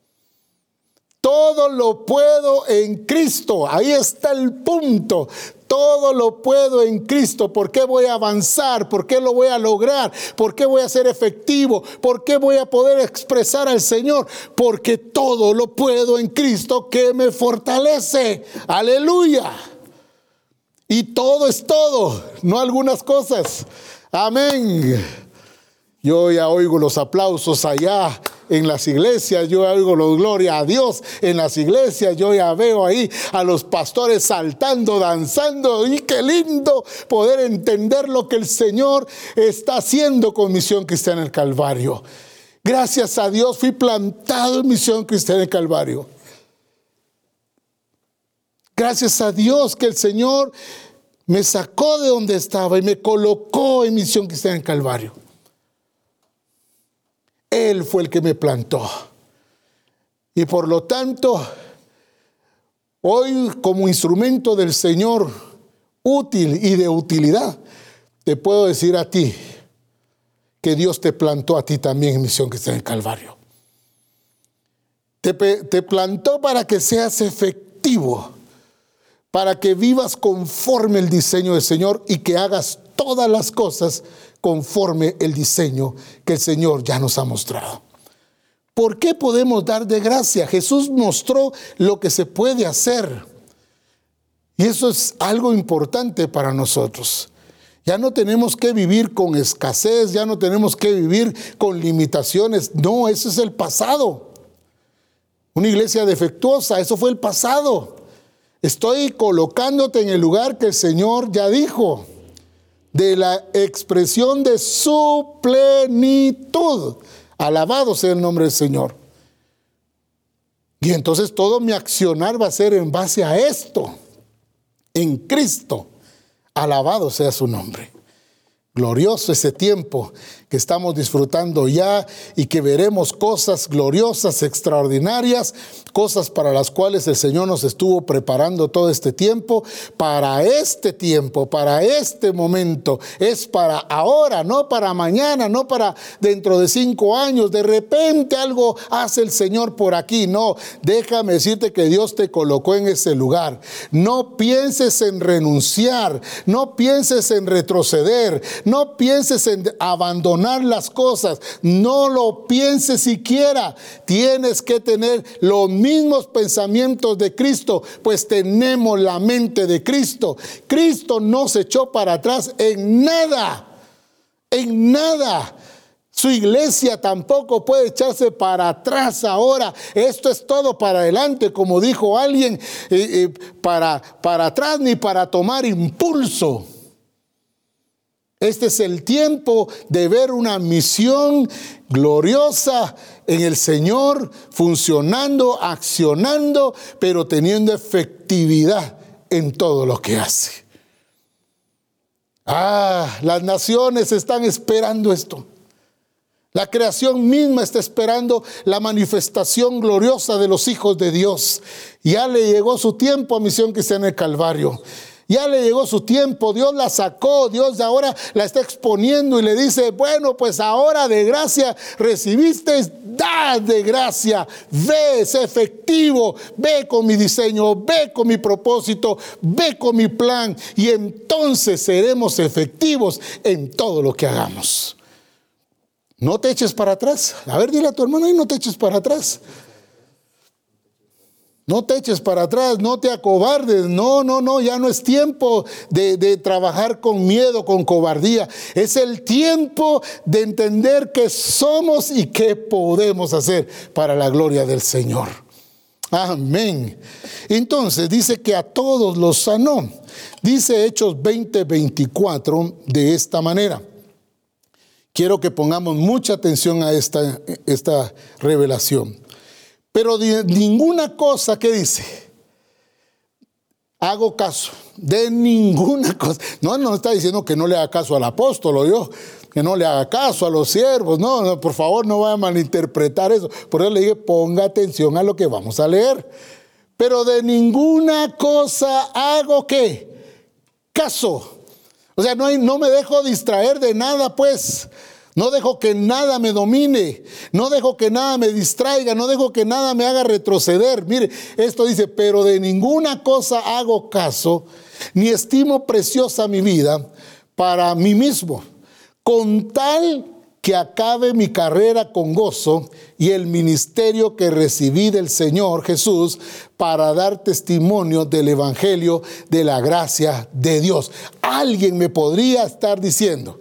Todo lo puedo en Cristo. Ahí está el punto. Todo lo puedo en Cristo. ¿Por qué voy a avanzar? ¿Por qué lo voy a lograr? ¿Por qué voy a ser efectivo? ¿Por qué voy a poder expresar al Señor? Porque todo lo puedo en Cristo que me fortalece. Aleluya. Y todo es todo, no algunas cosas. Amén. Yo ya oigo los aplausos allá en las iglesias, yo oigo los gloria a Dios en las iglesias, yo ya veo ahí a los pastores saltando, danzando, y qué lindo poder entender lo que el Señor está haciendo con Misión Cristiana en el Calvario. Gracias a Dios fui plantado en Misión Cristiana en el Calvario. Gracias a Dios que el Señor me sacó de donde estaba y me colocó en Misión Cristiana en el Calvario. Él fue el que me plantó. Y por lo tanto, hoy como instrumento del Señor, útil y de utilidad, te puedo decir a ti que Dios te plantó a ti también en Misión Cristiana en el Calvario. Te plantó para que seas efectivo, para que vivas conforme el diseño del Señor y que hagas todas las cosas conforme el diseño que el Señor ya nos ha mostrado. ¿Por qué podemos dar de gracia? Jesús mostró lo que se puede hacer. Y eso es algo importante para nosotros. Ya no tenemos que vivir con escasez, ya no tenemos que vivir con limitaciones. No, eso es el pasado. Una iglesia defectuosa, eso fue el pasado. Estoy colocándote en el lugar que el Señor ya dijo, de la expresión de su plenitud. Alabado sea el nombre del Señor. Y entonces todo mi accionar va a ser en base a esto, en Cristo. Alabado sea su nombre. Glorioso ese tiempo que estamos disfrutando ya y que veremos cosas gloriosas, extraordinarias, cosas para las cuales el Señor nos estuvo preparando todo este tiempo, para este momento. Es para ahora, no para mañana, no para dentro de 5 años. De repente algo hace el Señor por aquí. No, déjame decirte que Dios te colocó en ese lugar. No pienses en renunciar, no pienses en retroceder, no pienses en abandonar las cosas, no lo pienses siquiera. Tienes que tener los mismos pensamientos de Cristo, pues tenemos la mente de Cristo. Cristo no se echó para atrás en nada, en nada. Su iglesia tampoco puede echarse para atrás ahora. Esto es todo para adelante, como dijo alguien, para atrás ni para tomar impulso. Este es el tiempo de ver una misión gloriosa en el Señor, funcionando, accionando, pero teniendo efectividad en todo lo que hace. Las naciones están esperando esto. La creación misma está esperando la manifestación gloriosa de los hijos de Dios. Ya le llegó su tiempo a Misión Cristiana del Calvario. Ya le llegó su tiempo, Dios la sacó, Dios ahora la está exponiendo y le dice, bueno, pues ahora de gracia recibiste, da de gracia, ve, sé efectivo, ve con mi diseño, ve con mi propósito, ve con mi plan y entonces seremos efectivos en todo lo que hagamos. No te eches para atrás. A ver, dile a tu hermano, y no te eches para atrás. No te eches para atrás, no te acobardes. No, ya no es tiempo de trabajar con miedo, con cobardía. Es el tiempo de entender qué somos y qué podemos hacer para la gloria del Señor. Amén. Entonces dice que a todos los sanó. Dice Hechos 20:24 de esta manera. Quiero que pongamos mucha atención a esta revelación. Pero de ninguna cosa, ¿qué dice? Hago caso. De ninguna cosa. No está diciendo que no le haga caso al apóstol, que no le haga caso a los siervos. No, por favor, no vaya a malinterpretar eso. Por eso le dije, ponga atención a lo que vamos a leer. Pero de ninguna cosa hago, ¿qué? Caso. O sea, no me dejo distraer de nada, pues. No dejo que nada me domine, no dejo que nada me distraiga, no dejo que nada me haga retroceder. Mire, esto dice, pero de ninguna cosa hago caso, ni estimo preciosa mi vida para mí mismo, con tal que acabe mi carrera con gozo y el ministerio que recibí del Señor Jesús para dar testimonio del evangelio de la gracia de Dios. Alguien me podría estar diciendo,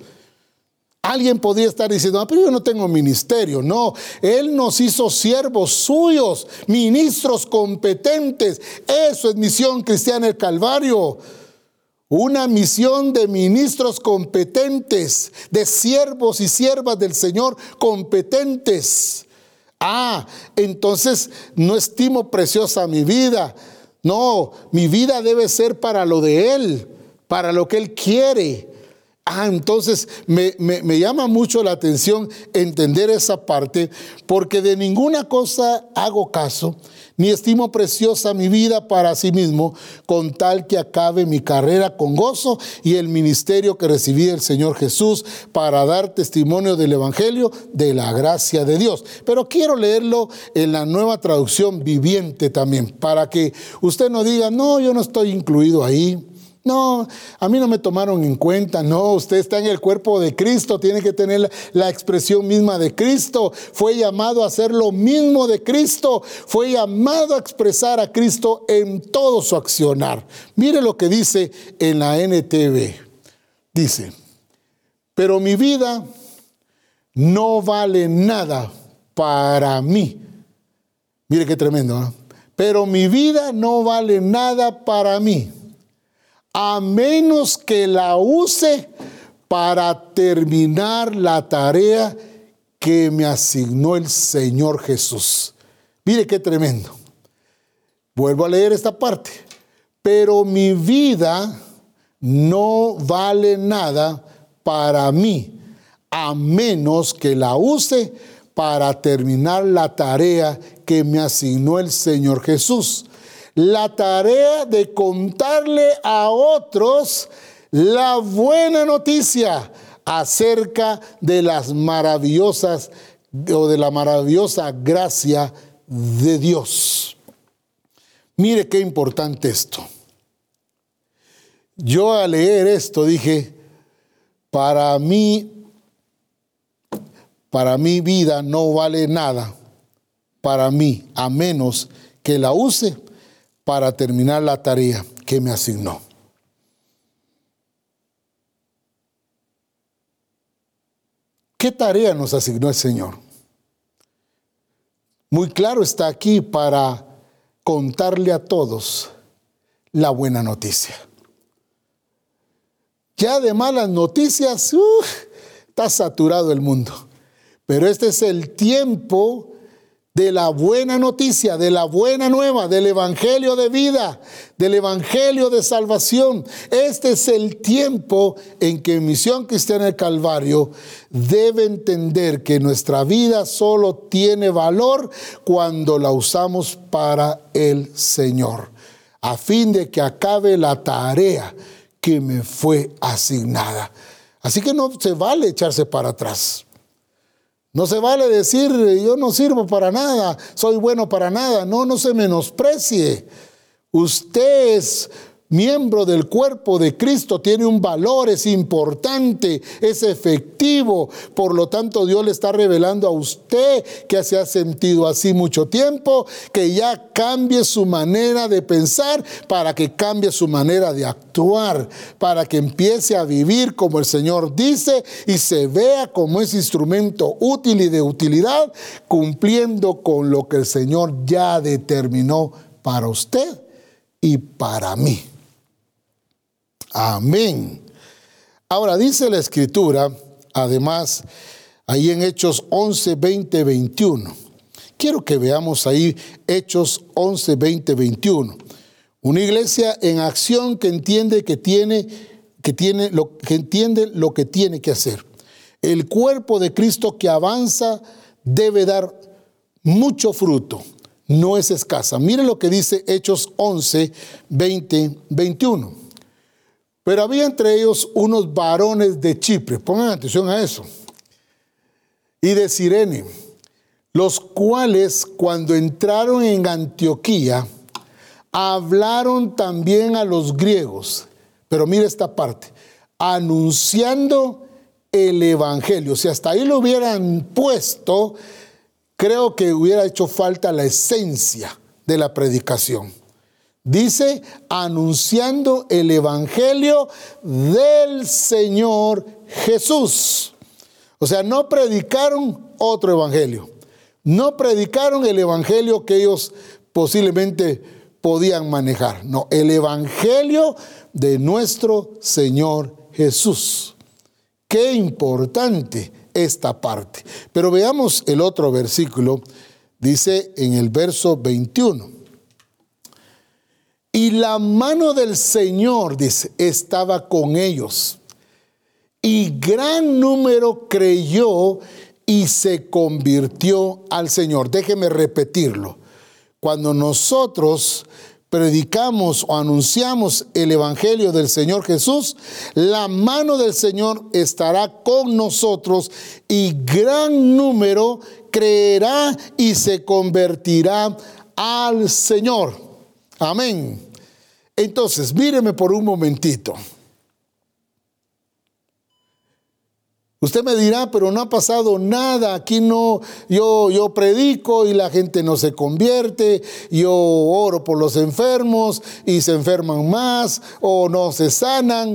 pero yo no tengo ministerio. No, Él nos hizo siervos suyos, ministros competentes. Eso es Misión Cristiana del Calvario. Una misión de ministros competentes, de siervos y siervas del Señor competentes. Entonces no estimo preciosa mi vida. No, mi vida debe ser para lo de Él, para lo que Él quiere. Entonces me llama mucho la atención entender esa parte, porque de ninguna cosa hago caso, ni estimo preciosa mi vida para sí mismo, con tal que acabe mi carrera con gozo y el ministerio que recibí del Señor Jesús para dar testimonio del evangelio de la gracia de Dios. Pero quiero leerlo en la Nueva Traducción Viviente también, para que usted no diga, no, yo no estoy incluido ahí. No, a mí no me tomaron en cuenta. No, usted está en el cuerpo de Cristo, tiene que tener la expresión misma de Cristo. Fue llamado a hacer lo mismo de Cristo. Fue llamado a expresar a Cristo en todo su accionar. Mire lo que dice en la NTV. Dice, pero mi vida no vale nada para mí. Mire qué tremendo, ¿eh? Pero mi vida no vale nada para mí, a menos que la use para terminar la tarea que me asignó el Señor Jesús. Mire qué tremendo. Vuelvo a leer esta parte. Pero mi vida no vale nada para mí, a menos que la use para terminar la tarea que me asignó el Señor Jesús. La tarea de contarle a otros la buena noticia acerca de las maravillosas o de la maravillosa gracia de Dios. Mire qué importante esto. Yo al leer esto dije, para mí vida no vale nada, para mí, a menos que la use para terminar la tarea que me asignó. ¿Qué tarea nos asignó el Señor? Muy claro está aquí, para contarle a todos la buena noticia. Ya de malas noticias, está saturado el mundo. Pero este es el tiempo de la buena noticia, de la buena nueva, del evangelio de vida, del evangelio de salvación. Este es el tiempo en que Misión Cristiana del Calvario debe entender que nuestra vida solo tiene valor cuando la usamos para el Señor, a fin de que acabe la tarea que me fue asignada. Así que no se vale echarse para atrás. No se vale decir, yo no sirvo para nada, soy bueno para nada. No, no se menosprecie. Usted es miembro del cuerpo de Cristo, tiene un valor, es importante, es efectivo. Por lo tanto, Dios le está revelando a usted que se ha sentido así mucho tiempo, que ya cambie su manera de pensar para que cambie su manera de actuar, para que empiece a vivir como el Señor dice y se vea como ese instrumento útil y de utilidad, cumpliendo con lo que el Señor ya determinó para usted y para mí. Amén. Ahora dice la Escritura, además, ahí en Hechos 11, 20, 21. Quiero que veamos ahí Hechos 11, 20, 21. Una iglesia en acción que entiende lo que tiene que hacer. El cuerpo de Cristo que avanza debe dar mucho fruto, no es escasa. Mire lo que dice Hechos 11, 20, 21. Pero había entre ellos unos varones de Chipre, pongan atención a eso, y de Cirene, los cuales cuando entraron en Antioquía, hablaron también a los griegos, pero mire esta parte, anunciando el evangelio. Si hasta ahí lo hubieran puesto, creo que hubiera hecho falta la esencia de la predicación. Dice, anunciando el evangelio del Señor Jesús. O sea, no predicaron otro evangelio. No predicaron el evangelio que ellos posiblemente podían manejar. No, el evangelio de nuestro Señor Jesús. Qué importante esta parte. Pero veamos el otro versículo. Dice en el verso 21. Y la mano del Señor, dice, estaba con ellos. Y gran número creyó y se convirtió al Señor. Déjeme repetirlo. Cuando nosotros predicamos o anunciamos el evangelio del Señor Jesús, la mano del Señor estará con nosotros y gran número creerá y se convertirá al Señor. Amén. Entonces, míreme por un momentito. Usted me dirá, pero no ha pasado nada, aquí no, yo predico y la gente no se convierte, yo oro por los enfermos y se enferman más o no se sanan.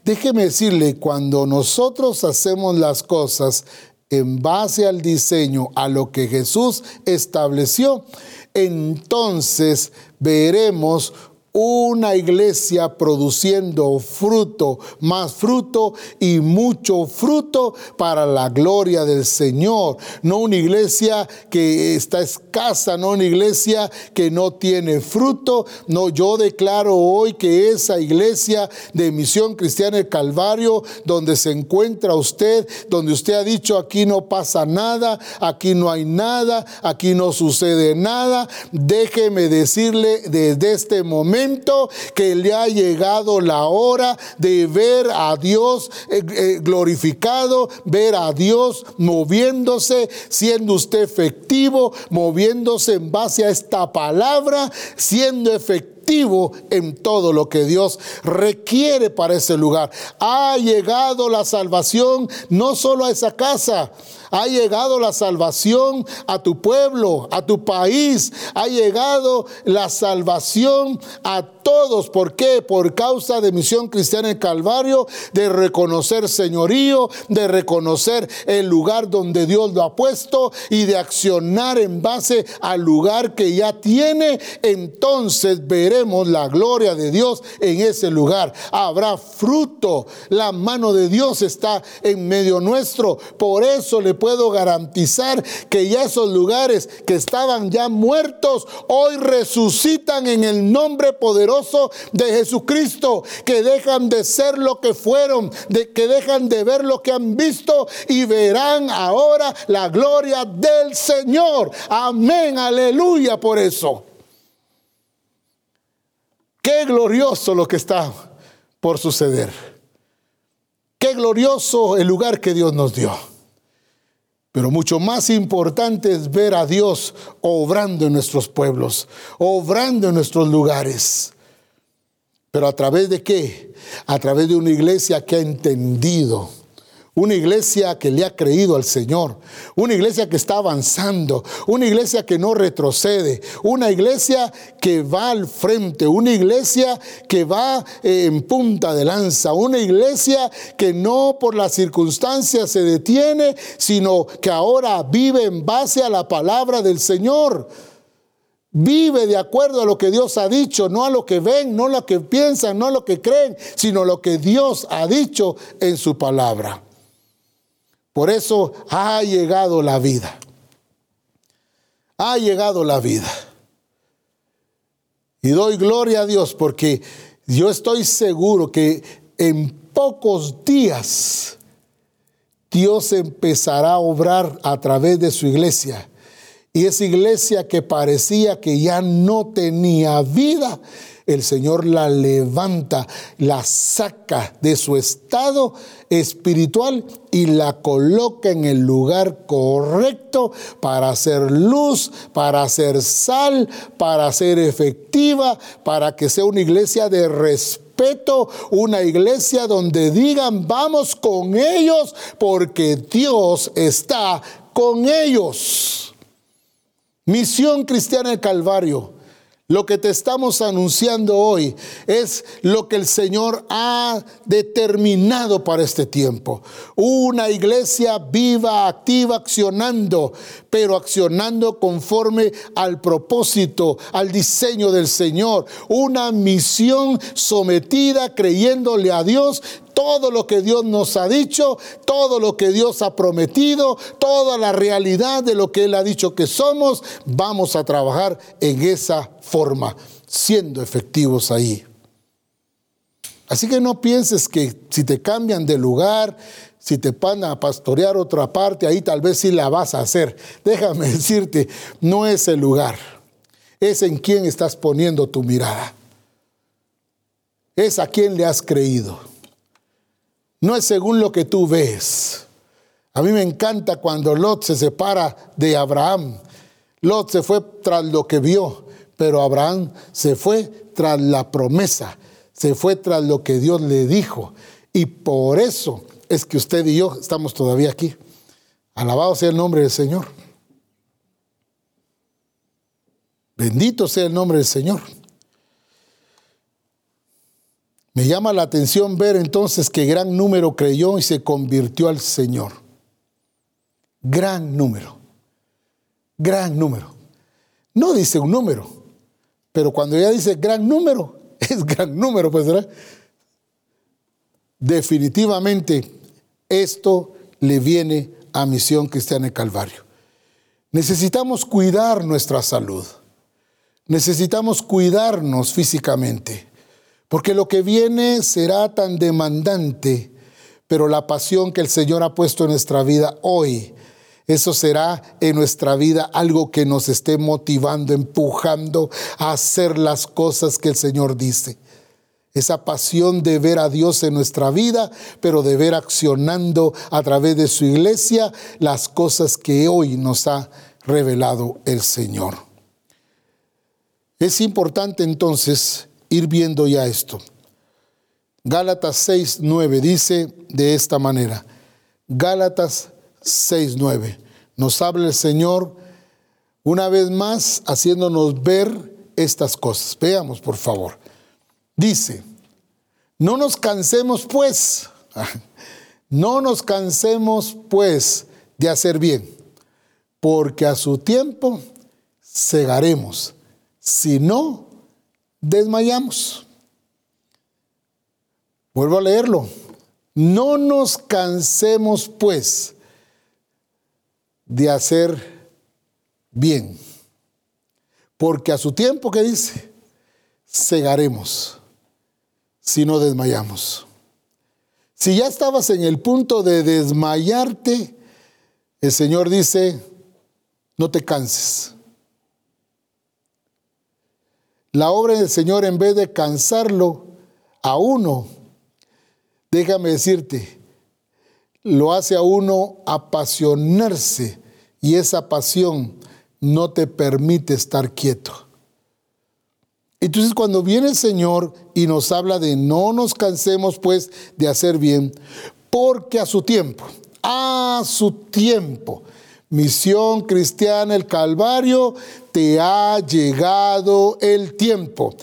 déjeme decirle, cuando nosotros hacemos las cosas en base al diseño, a lo que Jesús estableció, entonces veremos una iglesia produciendo fruto, más fruto y mucho fruto para la gloria del Señor. No una iglesia que está escasa, no una iglesia que no tiene fruto. No, yo declaro hoy que esa iglesia de Misión Cristiana del Calvario, donde se encuentra usted, donde usted ha dicho aquí no pasa nada, aquí no hay nada, aquí no sucede nada, déjeme decirle desde este momento que le ha llegado la hora de ver a Dios glorificado, ver a Dios moviéndose, siendo usted efectivo, moviéndose en base a esta palabra, siendo efectivo en todo lo que Dios requiere para ese lugar. Ha llegado la salvación no solo a esa casa, ha llegado la salvación a tu pueblo, a tu país, ha llegado la salvación a todos. ¿Por qué? Por causa de Misión Cristiana del Calvario, de reconocer señorío, de reconocer el lugar donde Dios lo ha puesto y de accionar en base al lugar que ya tiene. Entonces veremos la gloria de Dios en ese lugar. Habrá fruto. La mano de Dios está en medio nuestro. Por eso le puedo garantizar que ya esos lugares que estaban ya muertos, hoy resucitan en el nombre poderoso de Jesucristo, que dejan de ser lo que fueron, que dejan de ver lo que han visto y verán ahora la gloria del Señor. Amén, aleluya por eso. Qué glorioso lo que está por suceder. Qué glorioso el lugar que Dios nos dio. Pero mucho más importante es ver a Dios obrando en nuestros pueblos, obrando en nuestros lugares. ¿Pero a través de qué? A través de una iglesia que ha entendido, una iglesia que le ha creído al Señor, una iglesia que está avanzando, una iglesia que no retrocede, una iglesia que va al frente, una iglesia que va en punta de lanza, una iglesia que no por las circunstancias se detiene, sino que ahora vive en base a la palabra del Señor. Vive de acuerdo a lo que Dios ha dicho, no a lo que ven, no a lo que piensan, no a lo que creen, sino lo que Dios ha dicho en su palabra. Por eso ha llegado la vida. Ha llegado la vida. Y doy gloria a Dios porque yo estoy seguro que en pocos días Dios empezará a obrar a través de su iglesia. Y esa iglesia que parecía que ya no tenía vida, el Señor la levanta, la saca de su estado espiritual y la coloca en el lugar correcto para hacer luz, para hacer sal, para ser efectiva, para que sea una iglesia de respeto, una iglesia donde digan vamos con ellos porque Dios está con ellos. Misión Cristiana del Calvario, lo que te estamos anunciando hoy es lo que el Señor ha determinado para este tiempo. Una iglesia viva, activa, accionando, pero accionando conforme al propósito, al diseño del Señor. Una misión sometida, creyéndole a Dios todo lo que Dios nos ha dicho, todo lo que Dios ha prometido, toda la realidad de lo que Él ha dicho que somos. Vamos a trabajar en esa forma, siendo efectivos ahí. Así que no pienses que si te cambian de lugar, si te van a pastorear otra parte, ahí tal vez sí la vas a hacer. Déjame decirte, no es el lugar, es en quién estás poniendo tu mirada. Es a quién le has creído. No es según lo que tú ves. A mí me encanta cuando Lot se separa de Abraham. Lot se fue tras lo que vio, pero Abraham se fue tras la promesa, se fue tras lo que Dios le dijo. Y por eso es que usted y yo estamos todavía aquí. Alabado sea el nombre del Señor. Bendito sea el nombre del Señor. Me llama la atención ver entonces que gran número creyó y se convirtió al Señor. Gran número. Gran número. No dice un número, pero cuando ya dice gran número, es gran número, pues, ¿verdad? Definitivamente esto le viene a Misión Cristiana del Calvario. Necesitamos cuidar nuestra salud. Necesitamos cuidarnos físicamente, porque lo que viene será tan demandante, pero la pasión que el Señor ha puesto en nuestra vida hoy, eso será en nuestra vida algo que nos esté motivando, empujando a hacer las cosas que el Señor dice. Esa pasión de ver a Dios en nuestra vida, pero de ver accionando a través de su iglesia las cosas que hoy nos ha revelado el Señor. Es importante entonces ir viendo ya esto. Gálatas 6:9 dice de esta manera. Gálatas 6:9. Nos habla el Señor una vez más haciéndonos ver estas cosas. Veamos, por favor. Dice, no nos cansemos pues de hacer bien, porque a su tiempo segaremos, si no desmayamos. Vuelvo a leerlo. No nos cansemos pues de hacer bien, porque a su tiempo, ¿qué dice? Segaremos, si no desmayamos. Si ya estabas en el punto de desmayarte, el Señor dice, no te canses. La obra del Señor, en vez de cansarlo a uno, déjame decirte, lo hace a uno apasionarse, y esa pasión no te permite estar quieto. Entonces, cuando viene el Señor y nos habla de no nos cansemos pues de hacer bien, porque a su tiempo, Misión Cristiana el Calvario, te ha llegado el tiempo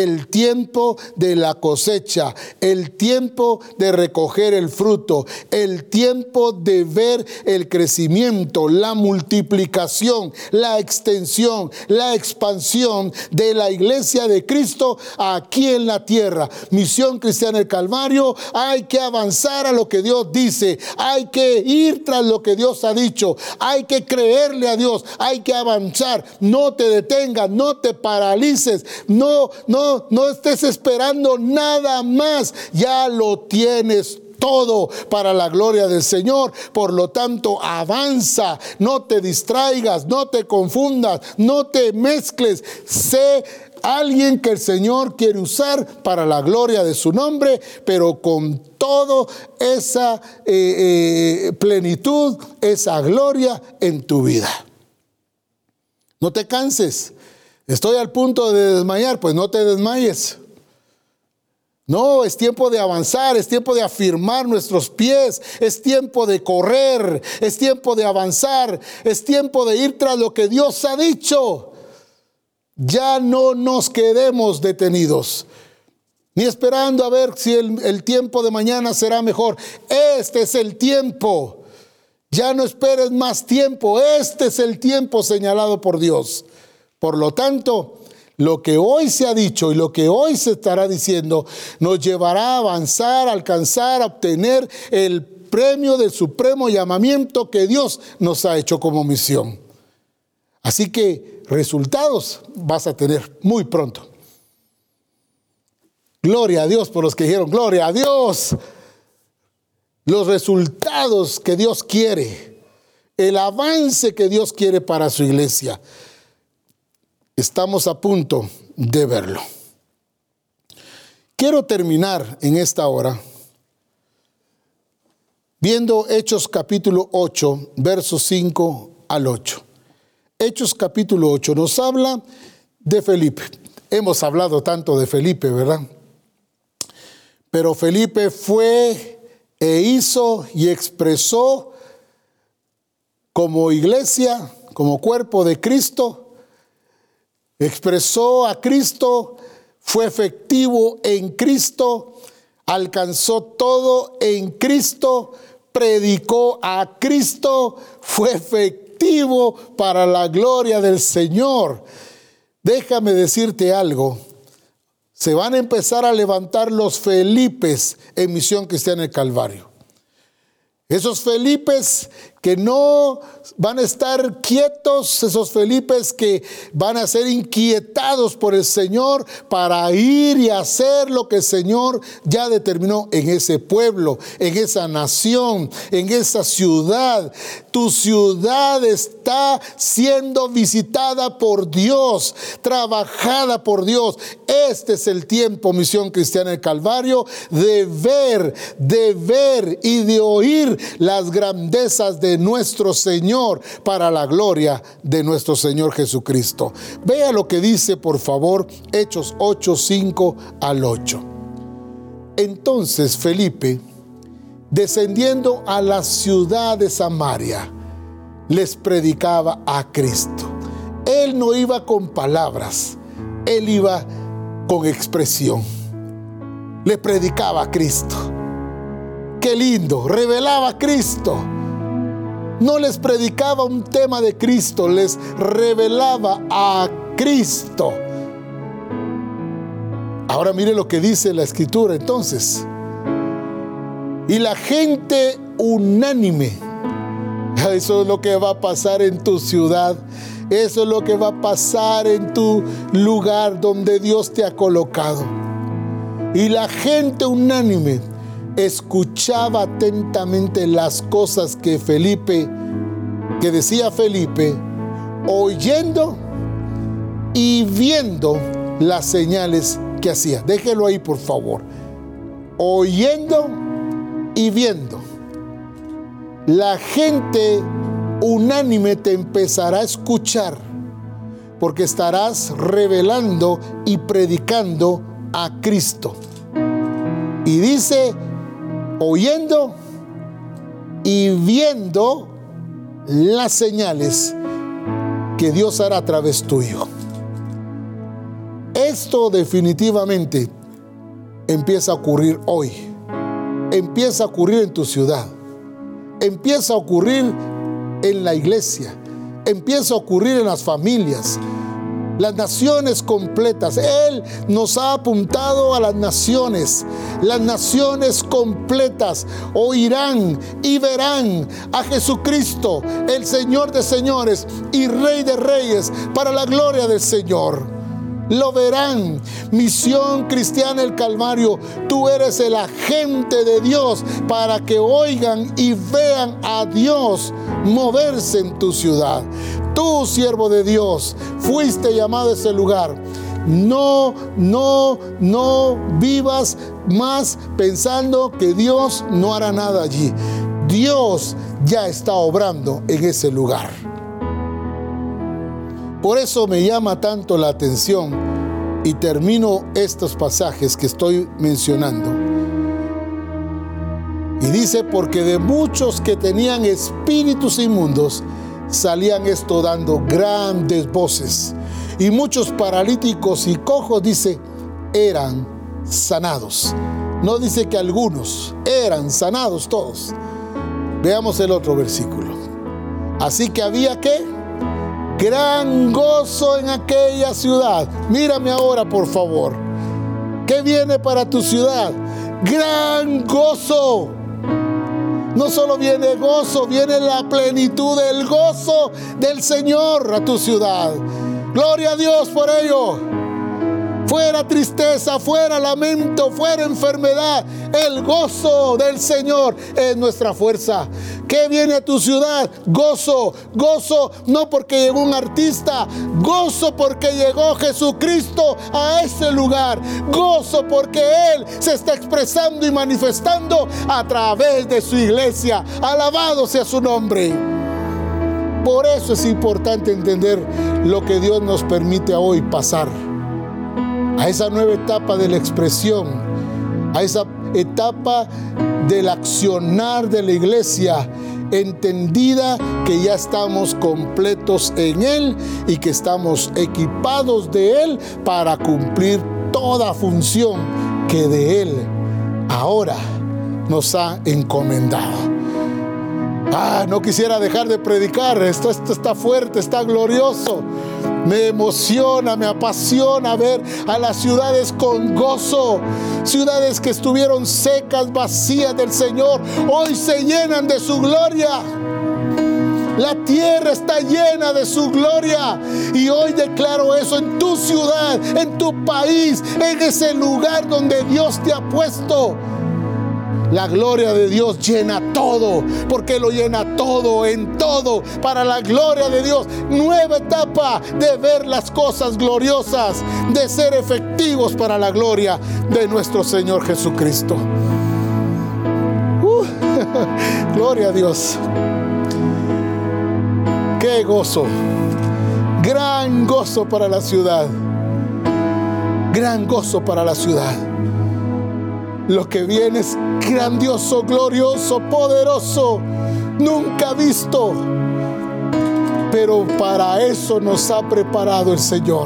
de la cosecha, el tiempo de recoger el fruto, el tiempo de ver el crecimiento, la multiplicación, la extensión, la expansión de la iglesia de Cristo aquí en la tierra. Misión Cristiana el Calvario, hay que avanzar a lo que Dios dice, hay que ir tras lo que Dios ha dicho, hay que creerle a Dios, hay que avanzar. No te detengas, no te paralices, no estés esperando nada más. Ya lo tienes todo para la gloria del Señor. Por lo tanto, avanza, no te distraigas, no te confundas, no te mezcles. Sé alguien que el Señor quiere usar para la gloria de su nombre, pero con toda esa plenitud, esa gloria en tu vida. No te canses. Estoy al punto de desmayar, pues no te desmayes. No, es tiempo de avanzar, es tiempo de afirmar nuestros pies, es tiempo de correr, es tiempo de avanzar, es tiempo de ir tras lo que Dios ha dicho. Ya no nos quedemos detenidos, ni esperando a ver si el tiempo de mañana será mejor. Este es el tiempo. Ya no esperes más tiempo. Este es el tiempo señalado por Dios. Por lo tanto, lo que hoy se ha dicho y lo que hoy se estará diciendo nos llevará a avanzar, a alcanzar, a obtener el premio del supremo llamamiento que Dios nos ha hecho como misión. Así que resultados vas a tener muy pronto. Gloria a Dios por los que dijeron, gloria a Dios. Los resultados que Dios quiere, el avance que Dios quiere para su iglesia, estamos a punto de verlo. Quiero terminar en esta hora viendo Hechos capítulo 8, versos 5 al 8. Hechos capítulo 8 nos habla de Felipe. Hemos hablado tanto de Felipe, ¿verdad? Pero Felipe fue e hizo y expresó como iglesia, como cuerpo de Cristo, expresó a Cristo fue efectivo en Cristo, alcanzó todo en Cristo, predicó a Cristo, fue efectivo para la gloria del Señor. Déjame decirte algo. Se van a empezar a levantar los Felipes en Misión Cristiana del Calvario. Esos Felipes que no van a estar quietos, esos Felipes que van a ser inquietados por el Señor para ir y hacer lo que el Señor ya determinó en ese pueblo, en esa nación, en esa ciudad. Tu ciudad está siendo visitada por Dios, trabajada por Dios. Este es el tiempo, Misión Cristiana del Calvario, de ver y de oír las grandezas de nuestro Señor para la gloria de nuestro Señor Jesucristo. Vea lo que dice, por favor, Hechos 8, 5 al 8. Entonces Felipe, descendiendo a la ciudad de Samaria, les predicaba a Cristo. Él no iba con palabras, él iba con expresión. Le predicaba a Cristo. Qué lindo, revelaba a Cristo. No les predicaba un tema de Cristo, les revelaba a Cristo. Ahora mire lo que dice la Escritura entonces. Y la gente unánime. Eso es lo que va a pasar en tu ciudad. Eso es lo que va a pasar en tu lugar donde Dios te ha colocado. Y la gente unánime escuchaba atentamente las cosas que decía Felipe, oyendo y viendo las señales que hacía. Déjelo ahí, por favor. Oyendo y viendo. La gente unánime te empezará a escuchar, porque estarás revelando y predicando a Cristo. Y dice, oyendo y viendo las señales que Dios hará a través tuyo. Esto definitivamente empieza a ocurrir hoy. Empieza a ocurrir en tu ciudad. Empieza a ocurrir en la iglesia. Empieza a ocurrir en las familias. Las naciones completas. Él nos ha apuntado a las naciones. Las naciones completas oirán y verán a Jesucristo, el Señor de señores y Rey de reyes, para la gloria del Señor. Lo verán. Misión Cristiana del Calvario, tú eres el agente de Dios para que oigan y vean a Dios moverse en tu ciudad. Tú, siervo de Dios, fuiste llamado a ese lugar. No vivas más pensando que Dios no hará nada allí. Dios ya está obrando en ese lugar. Por eso me llama tanto la atención y termino estos pasajes que estoy mencionando. Y dice, porque de muchos que tenían espíritus inmundos, salían esto dando grandes voces. Y muchos paralíticos y cojos, dice, eran sanados. No dice que algunos, eran sanados todos. Veamos el otro versículo. Así que había ¿qué? Gran gozo en aquella ciudad. Mírame ahora, por favor. ¿Qué viene para tu ciudad? Gran gozo. No solo viene gozo, viene la plenitud del gozo del Señor a tu ciudad. Gloria a Dios por ello. Fuera tristeza, fuera lamento, fuera enfermedad. El gozo del Señor es nuestra fuerza. ¿Qué viene a tu ciudad? Gozo, gozo, no porque llegó un artista, gozo porque llegó Jesucristo a ese lugar, gozo porque Él se está expresando y manifestando a través de su iglesia. Alabado sea su nombre. Por eso es importante entender lo que Dios nos permite hoy pasar a esa nueva etapa de la expresión, a esa etapa del accionar de la iglesia, entendida que ya estamos completos en Él y que estamos equipados de Él para cumplir toda función que de Él ahora nos ha encomendado. No quisiera dejar de predicar. Esto está fuerte, está glorioso. Me emociona, me apasiona ver a las ciudades con gozo. Ciudades que estuvieron secas, vacías del Señor, hoy se llenan de su gloria. La tierra está llena de su gloria. Y hoy declaro eso en tu ciudad, en tu país, en ese lugar donde Dios te ha puesto. La gloria de Dios llena todo, porque lo llena todo, en todo, para la gloria de Dios. Nueva etapa de ver las cosas gloriosas, de ser efectivos para la gloria de nuestro Señor Jesucristo. Gloria a Dios. ¡Qué gozo! Gran gozo para la ciudad. Gran gozo para la ciudad. Lo que viene es grandioso, glorioso, poderoso, nunca visto. Pero para eso nos ha preparado el Señor.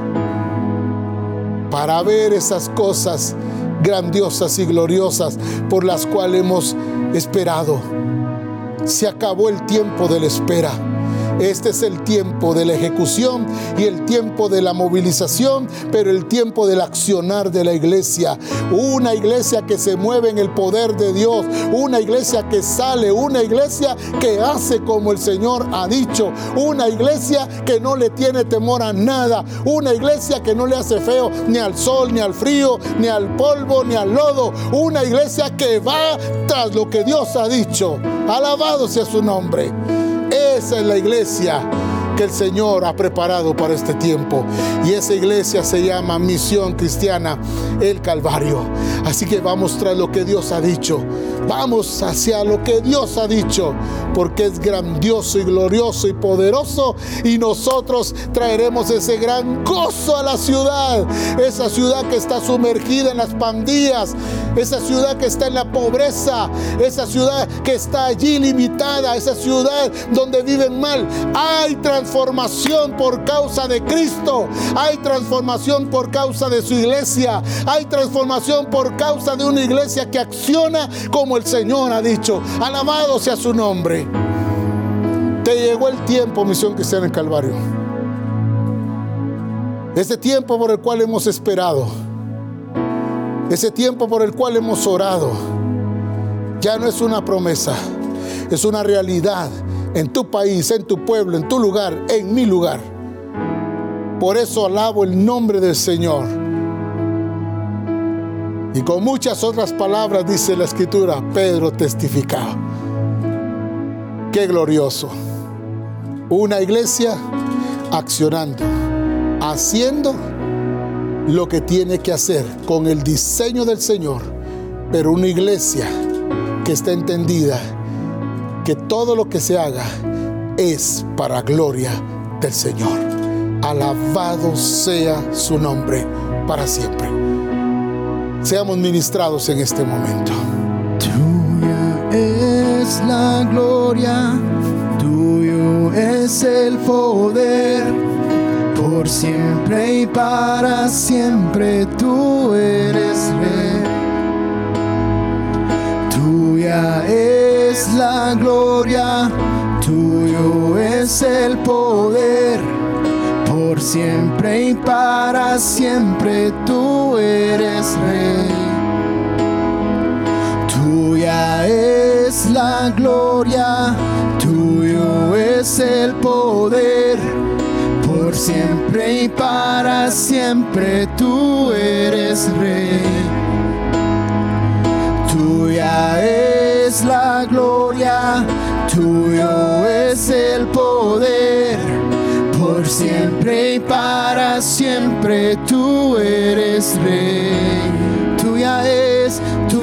Para ver esas cosas grandiosas y gloriosas por las cuales hemos esperado. Se acabó el tiempo de la espera. Este es el tiempo de la ejecución y el tiempo de la movilización, pero el tiempo del accionar de la iglesia. Una iglesia que se mueve en el poder de Dios, una iglesia que sale, una iglesia que hace como el Señor ha dicho, una iglesia que no le tiene temor a nada, una iglesia que no le hace feo ni al sol, ni al frío, ni al polvo, ni al lodo, una iglesia que va tras lo que Dios ha dicho. Alabado sea su nombre. Esa es la iglesia que el Señor ha preparado para este tiempo. Y esa iglesia se llama Misión Cristiana El Calvario. Así que vamos tras lo que Dios ha dicho. Vamos hacia lo que Dios ha dicho, porque es grandioso y glorioso y poderoso. Y nosotros traeremos ese gran gozo a la ciudad. Esa ciudad que está sumergida en las pandillas. Esa ciudad que está en la pobreza. Esa ciudad que está allí limitada. Esa ciudad donde viven mal. Hay transformación por causa de Cristo. Hay transformación por causa de su iglesia. Hay transformación por causa de una iglesia que acciona como el Señor ha dicho. Alabado sea su nombre. Te llegó el tiempo, Misión Cristiana El Calvario. Ese tiempo por el cual hemos esperado. Ese tiempo por el cual hemos orado. Ya no es una promesa. Es una realidad. En tu país, en tu pueblo, en tu lugar, en mi lugar. Por eso alabo el nombre del Señor. Y con muchas otras palabras dice la Escritura, Pedro testificaba. Qué glorioso. Una iglesia accionando, haciendo lo que tiene que hacer con el diseño del Señor. Pero una iglesia que está entendida que todo lo que se haga es para gloria del Señor. Alabado sea su nombre para siempre. Seamos ministrados en este momento. Tuya es la gloria, tuyo es el poder, por siempre y para siempre tú eres Rey. Tuya es la gloria, tuyo es el poder, por siempre y para siempre tú eres Rey. Tuya es la gloria, tuyo es el poder, por siempre y para siempre tú eres Rey. Tuya es la gloria, tuyo es el poder, por siempre y para siempre tú eres Rey. Tuya es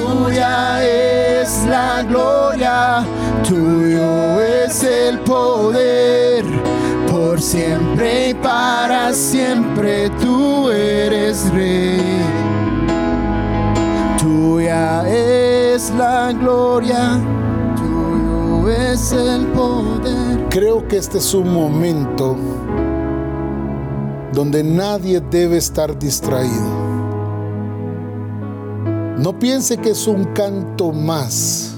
la gloria, tuyo es el poder, por siempre y para siempre tú eres Rey. Tuya es la gloria, tuyo es el poder. Creo que este es un momento donde nadie debe estar distraído. No piense que es un canto más.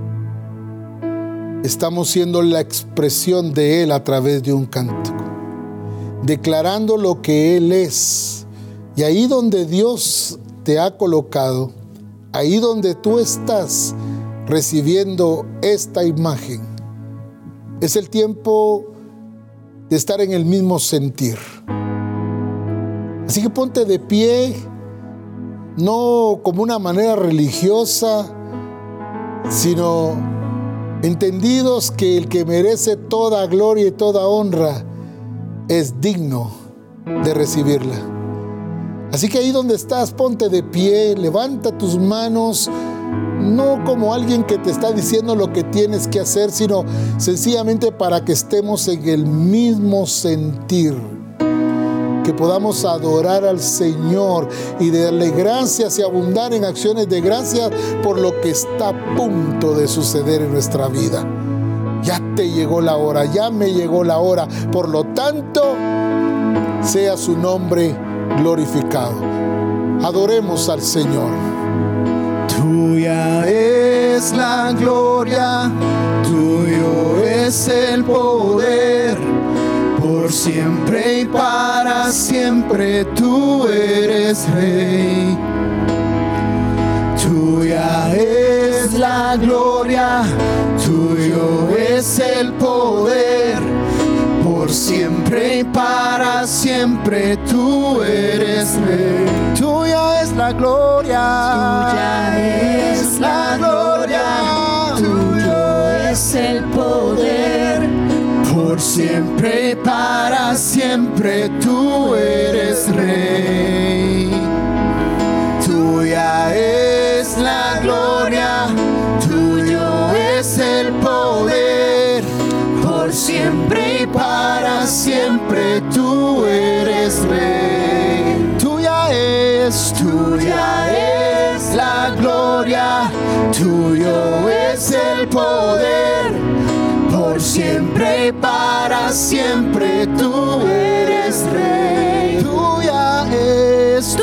Estamos siendo la expresión de Él a través de un cántico, declarando lo que Él es. Y ahí donde Dios te ha colocado, ahí donde tú estás recibiendo esta imagen, es el tiempo de estar en el mismo sentir. Así que ponte de pie, no como una manera religiosa, sino entendidos que el que merece toda gloria y toda honra es digno de recibirla. Así que ahí donde estás, ponte de pie, levanta tus manos, no como alguien que te está diciendo lo que tienes que hacer, sino sencillamente para que estemos en el mismo sentir, que podamos adorar al Señor y darle gracias y abundar en acciones de gracias por lo que está a punto de suceder en nuestra vida. Ya te llegó la hora, ya me llegó la hora, por lo tanto, sea su nombre glorificado. Adoremos al Señor. Tuya es la gloria, tuyo es el poder, por siempre y para siempre tú eres Rey. Tuya es la gloria, tuyo es el poder, por siempre y para siempre tú eres Rey. Tuya es la gloria, tuya es la gloria, tuyo es el poder, por siempre y para siempre tú eres Rey. Tuya es la gloria, tuyo es el poder, por siempre y para siempre tú eres Rey. Tuya es la gloria, tuyo es el poder, por siempre y para siempre tú eres Rey. Tuya es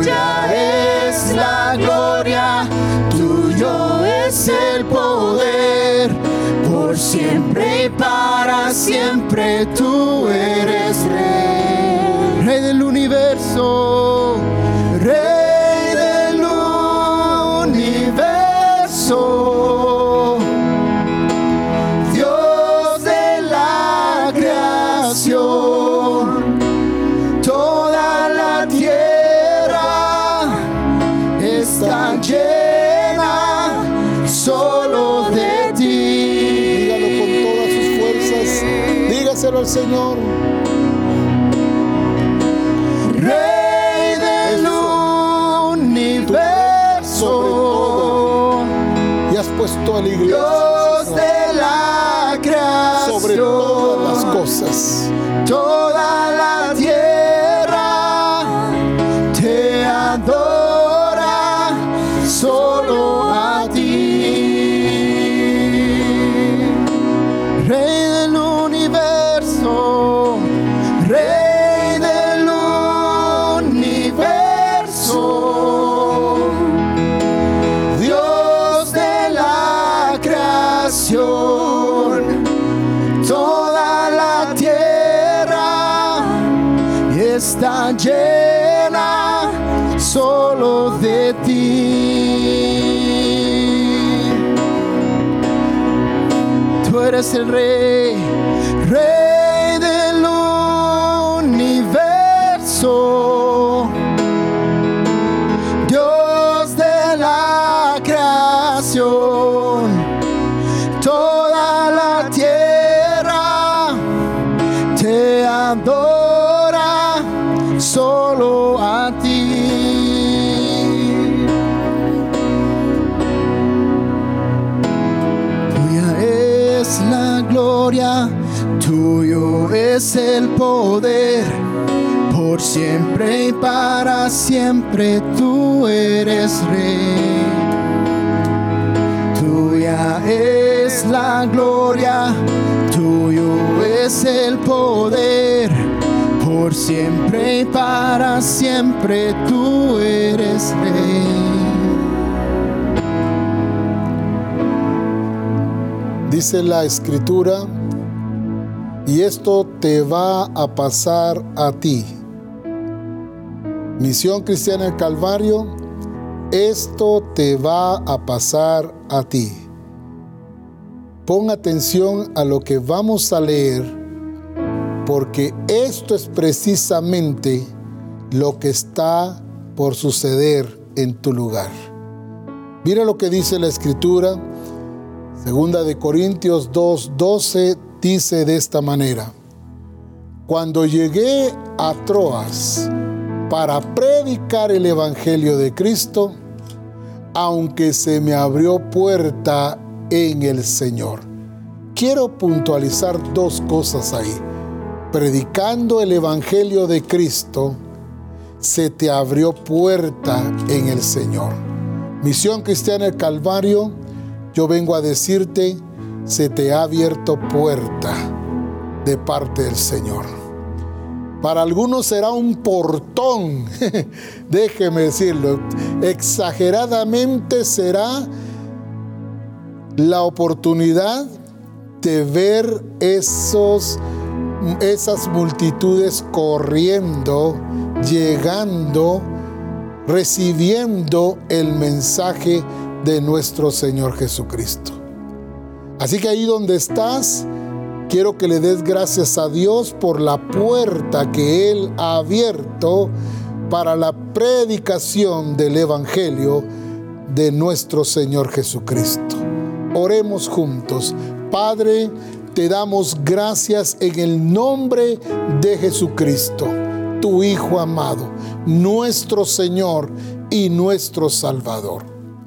la gloria, tuyo es el poder, por siempre y para siempre tú eres Rey. Rey del universo, Rey del universo, Dios de la creación, toda la tierra está llena solo de ti. Dígalo con todas sus fuerzas, dígaselo al Señor. Rey del universo, y has puesto a la iglesia, Dios Señor, de la creación, sobre todas las cosas. toda la tierra te adora, solo a ti. Rey del universo, Rey del universo, Dios de la creación, toda la tierra está llena solo de ti. Tú eres el Rey, Rey del universo, Dios de la creación, toda la tierra te adora, solo a ti. Tuya es la gloria, tuyo es el poder, por siempre y para siempre tú eres Rey. Tuya es la gloria, tuyo es el poder, por siempre y para siempre tú eres Rey. Dice la Escritura, y esto te va a pasar a ti. Misión Cristiana del Calvario, esto te va a pasar a ti. Pon atención a lo que vamos a leer, porque esto es precisamente lo que está por suceder en tu lugar. Mira lo que dice la Escritura. Segunda de Corintios 2:12 dice de esta manera: cuando llegué a Troas para predicar el Evangelio de Cristo, aunque se me abrió puerta en el Señor. Quiero puntualizar dos cosas ahí. Predicando el Evangelio de Cristo, se te abrió puerta en el Señor. Misión Cristiana del Calvario, yo vengo a decirte, se te ha abierto puerta de parte del Señor. Para algunos será un portón, déjeme decirlo, exageradamente será la oportunidad de ver esas multitudes corriendo, llegando, recibiendo el mensaje de nuestro Señor Jesucristo. Así que ahí donde estás, quiero que le des gracias a Dios por la puerta que Él ha abierto para la predicación del Evangelio de nuestro Señor Jesucristo. Oremos juntos. Padre, te damos gracias en el nombre de Jesucristo, tu Hijo amado, nuestro Señor y nuestro Salvador.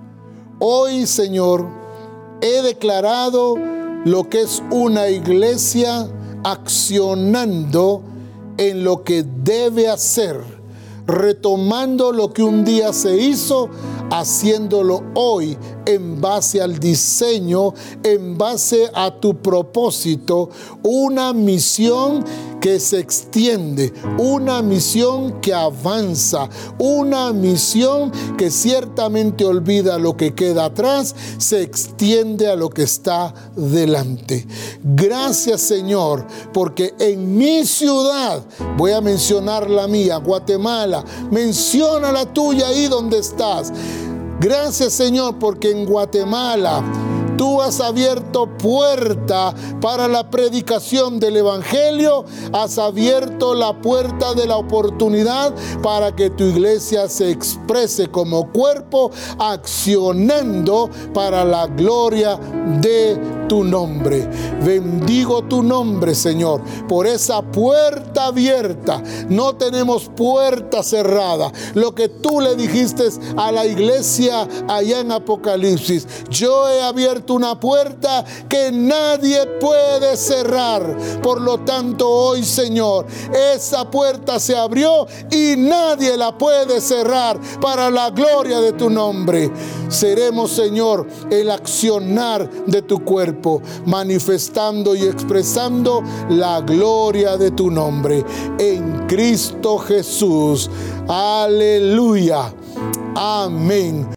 Hoy, Señor, he declarado lo que es una iglesia accionando en lo que debe hacer, retomando lo que un día se hizo, haciéndolo hoy en base al diseño, en base a tu propósito, una misión que se extiende, una misión que avanza, una misión que ciertamente olvida lo que queda atrás, se extiende a lo que está delante. Gracias, Señor, porque en mi ciudad, voy a mencionar la mía, Guatemala, menciona la tuya ahí donde estás. Gracias, Señor, porque en Guatemala tú has abierto puerta para la predicación del Evangelio, has abierto la puerta de la oportunidad para que tu iglesia se exprese como cuerpo, accionando para la gloria de tu nombre. Bendigo tu nombre, Señor, por esa puerta abierta. No tenemos puerta cerrada. Lo que tú le dijiste a la iglesia allá en Apocalipsis: yo he abierto una puerta que nadie puede cerrar. Por lo tanto, hoy, Señor, esa puerta se abrió y nadie la puede cerrar para la gloria de tu nombre. Seremos, Señor, el accionar de tu cuerpo, manifestando y expresando la gloria de tu nombre. En Cristo Jesús. Aleluya. Amén.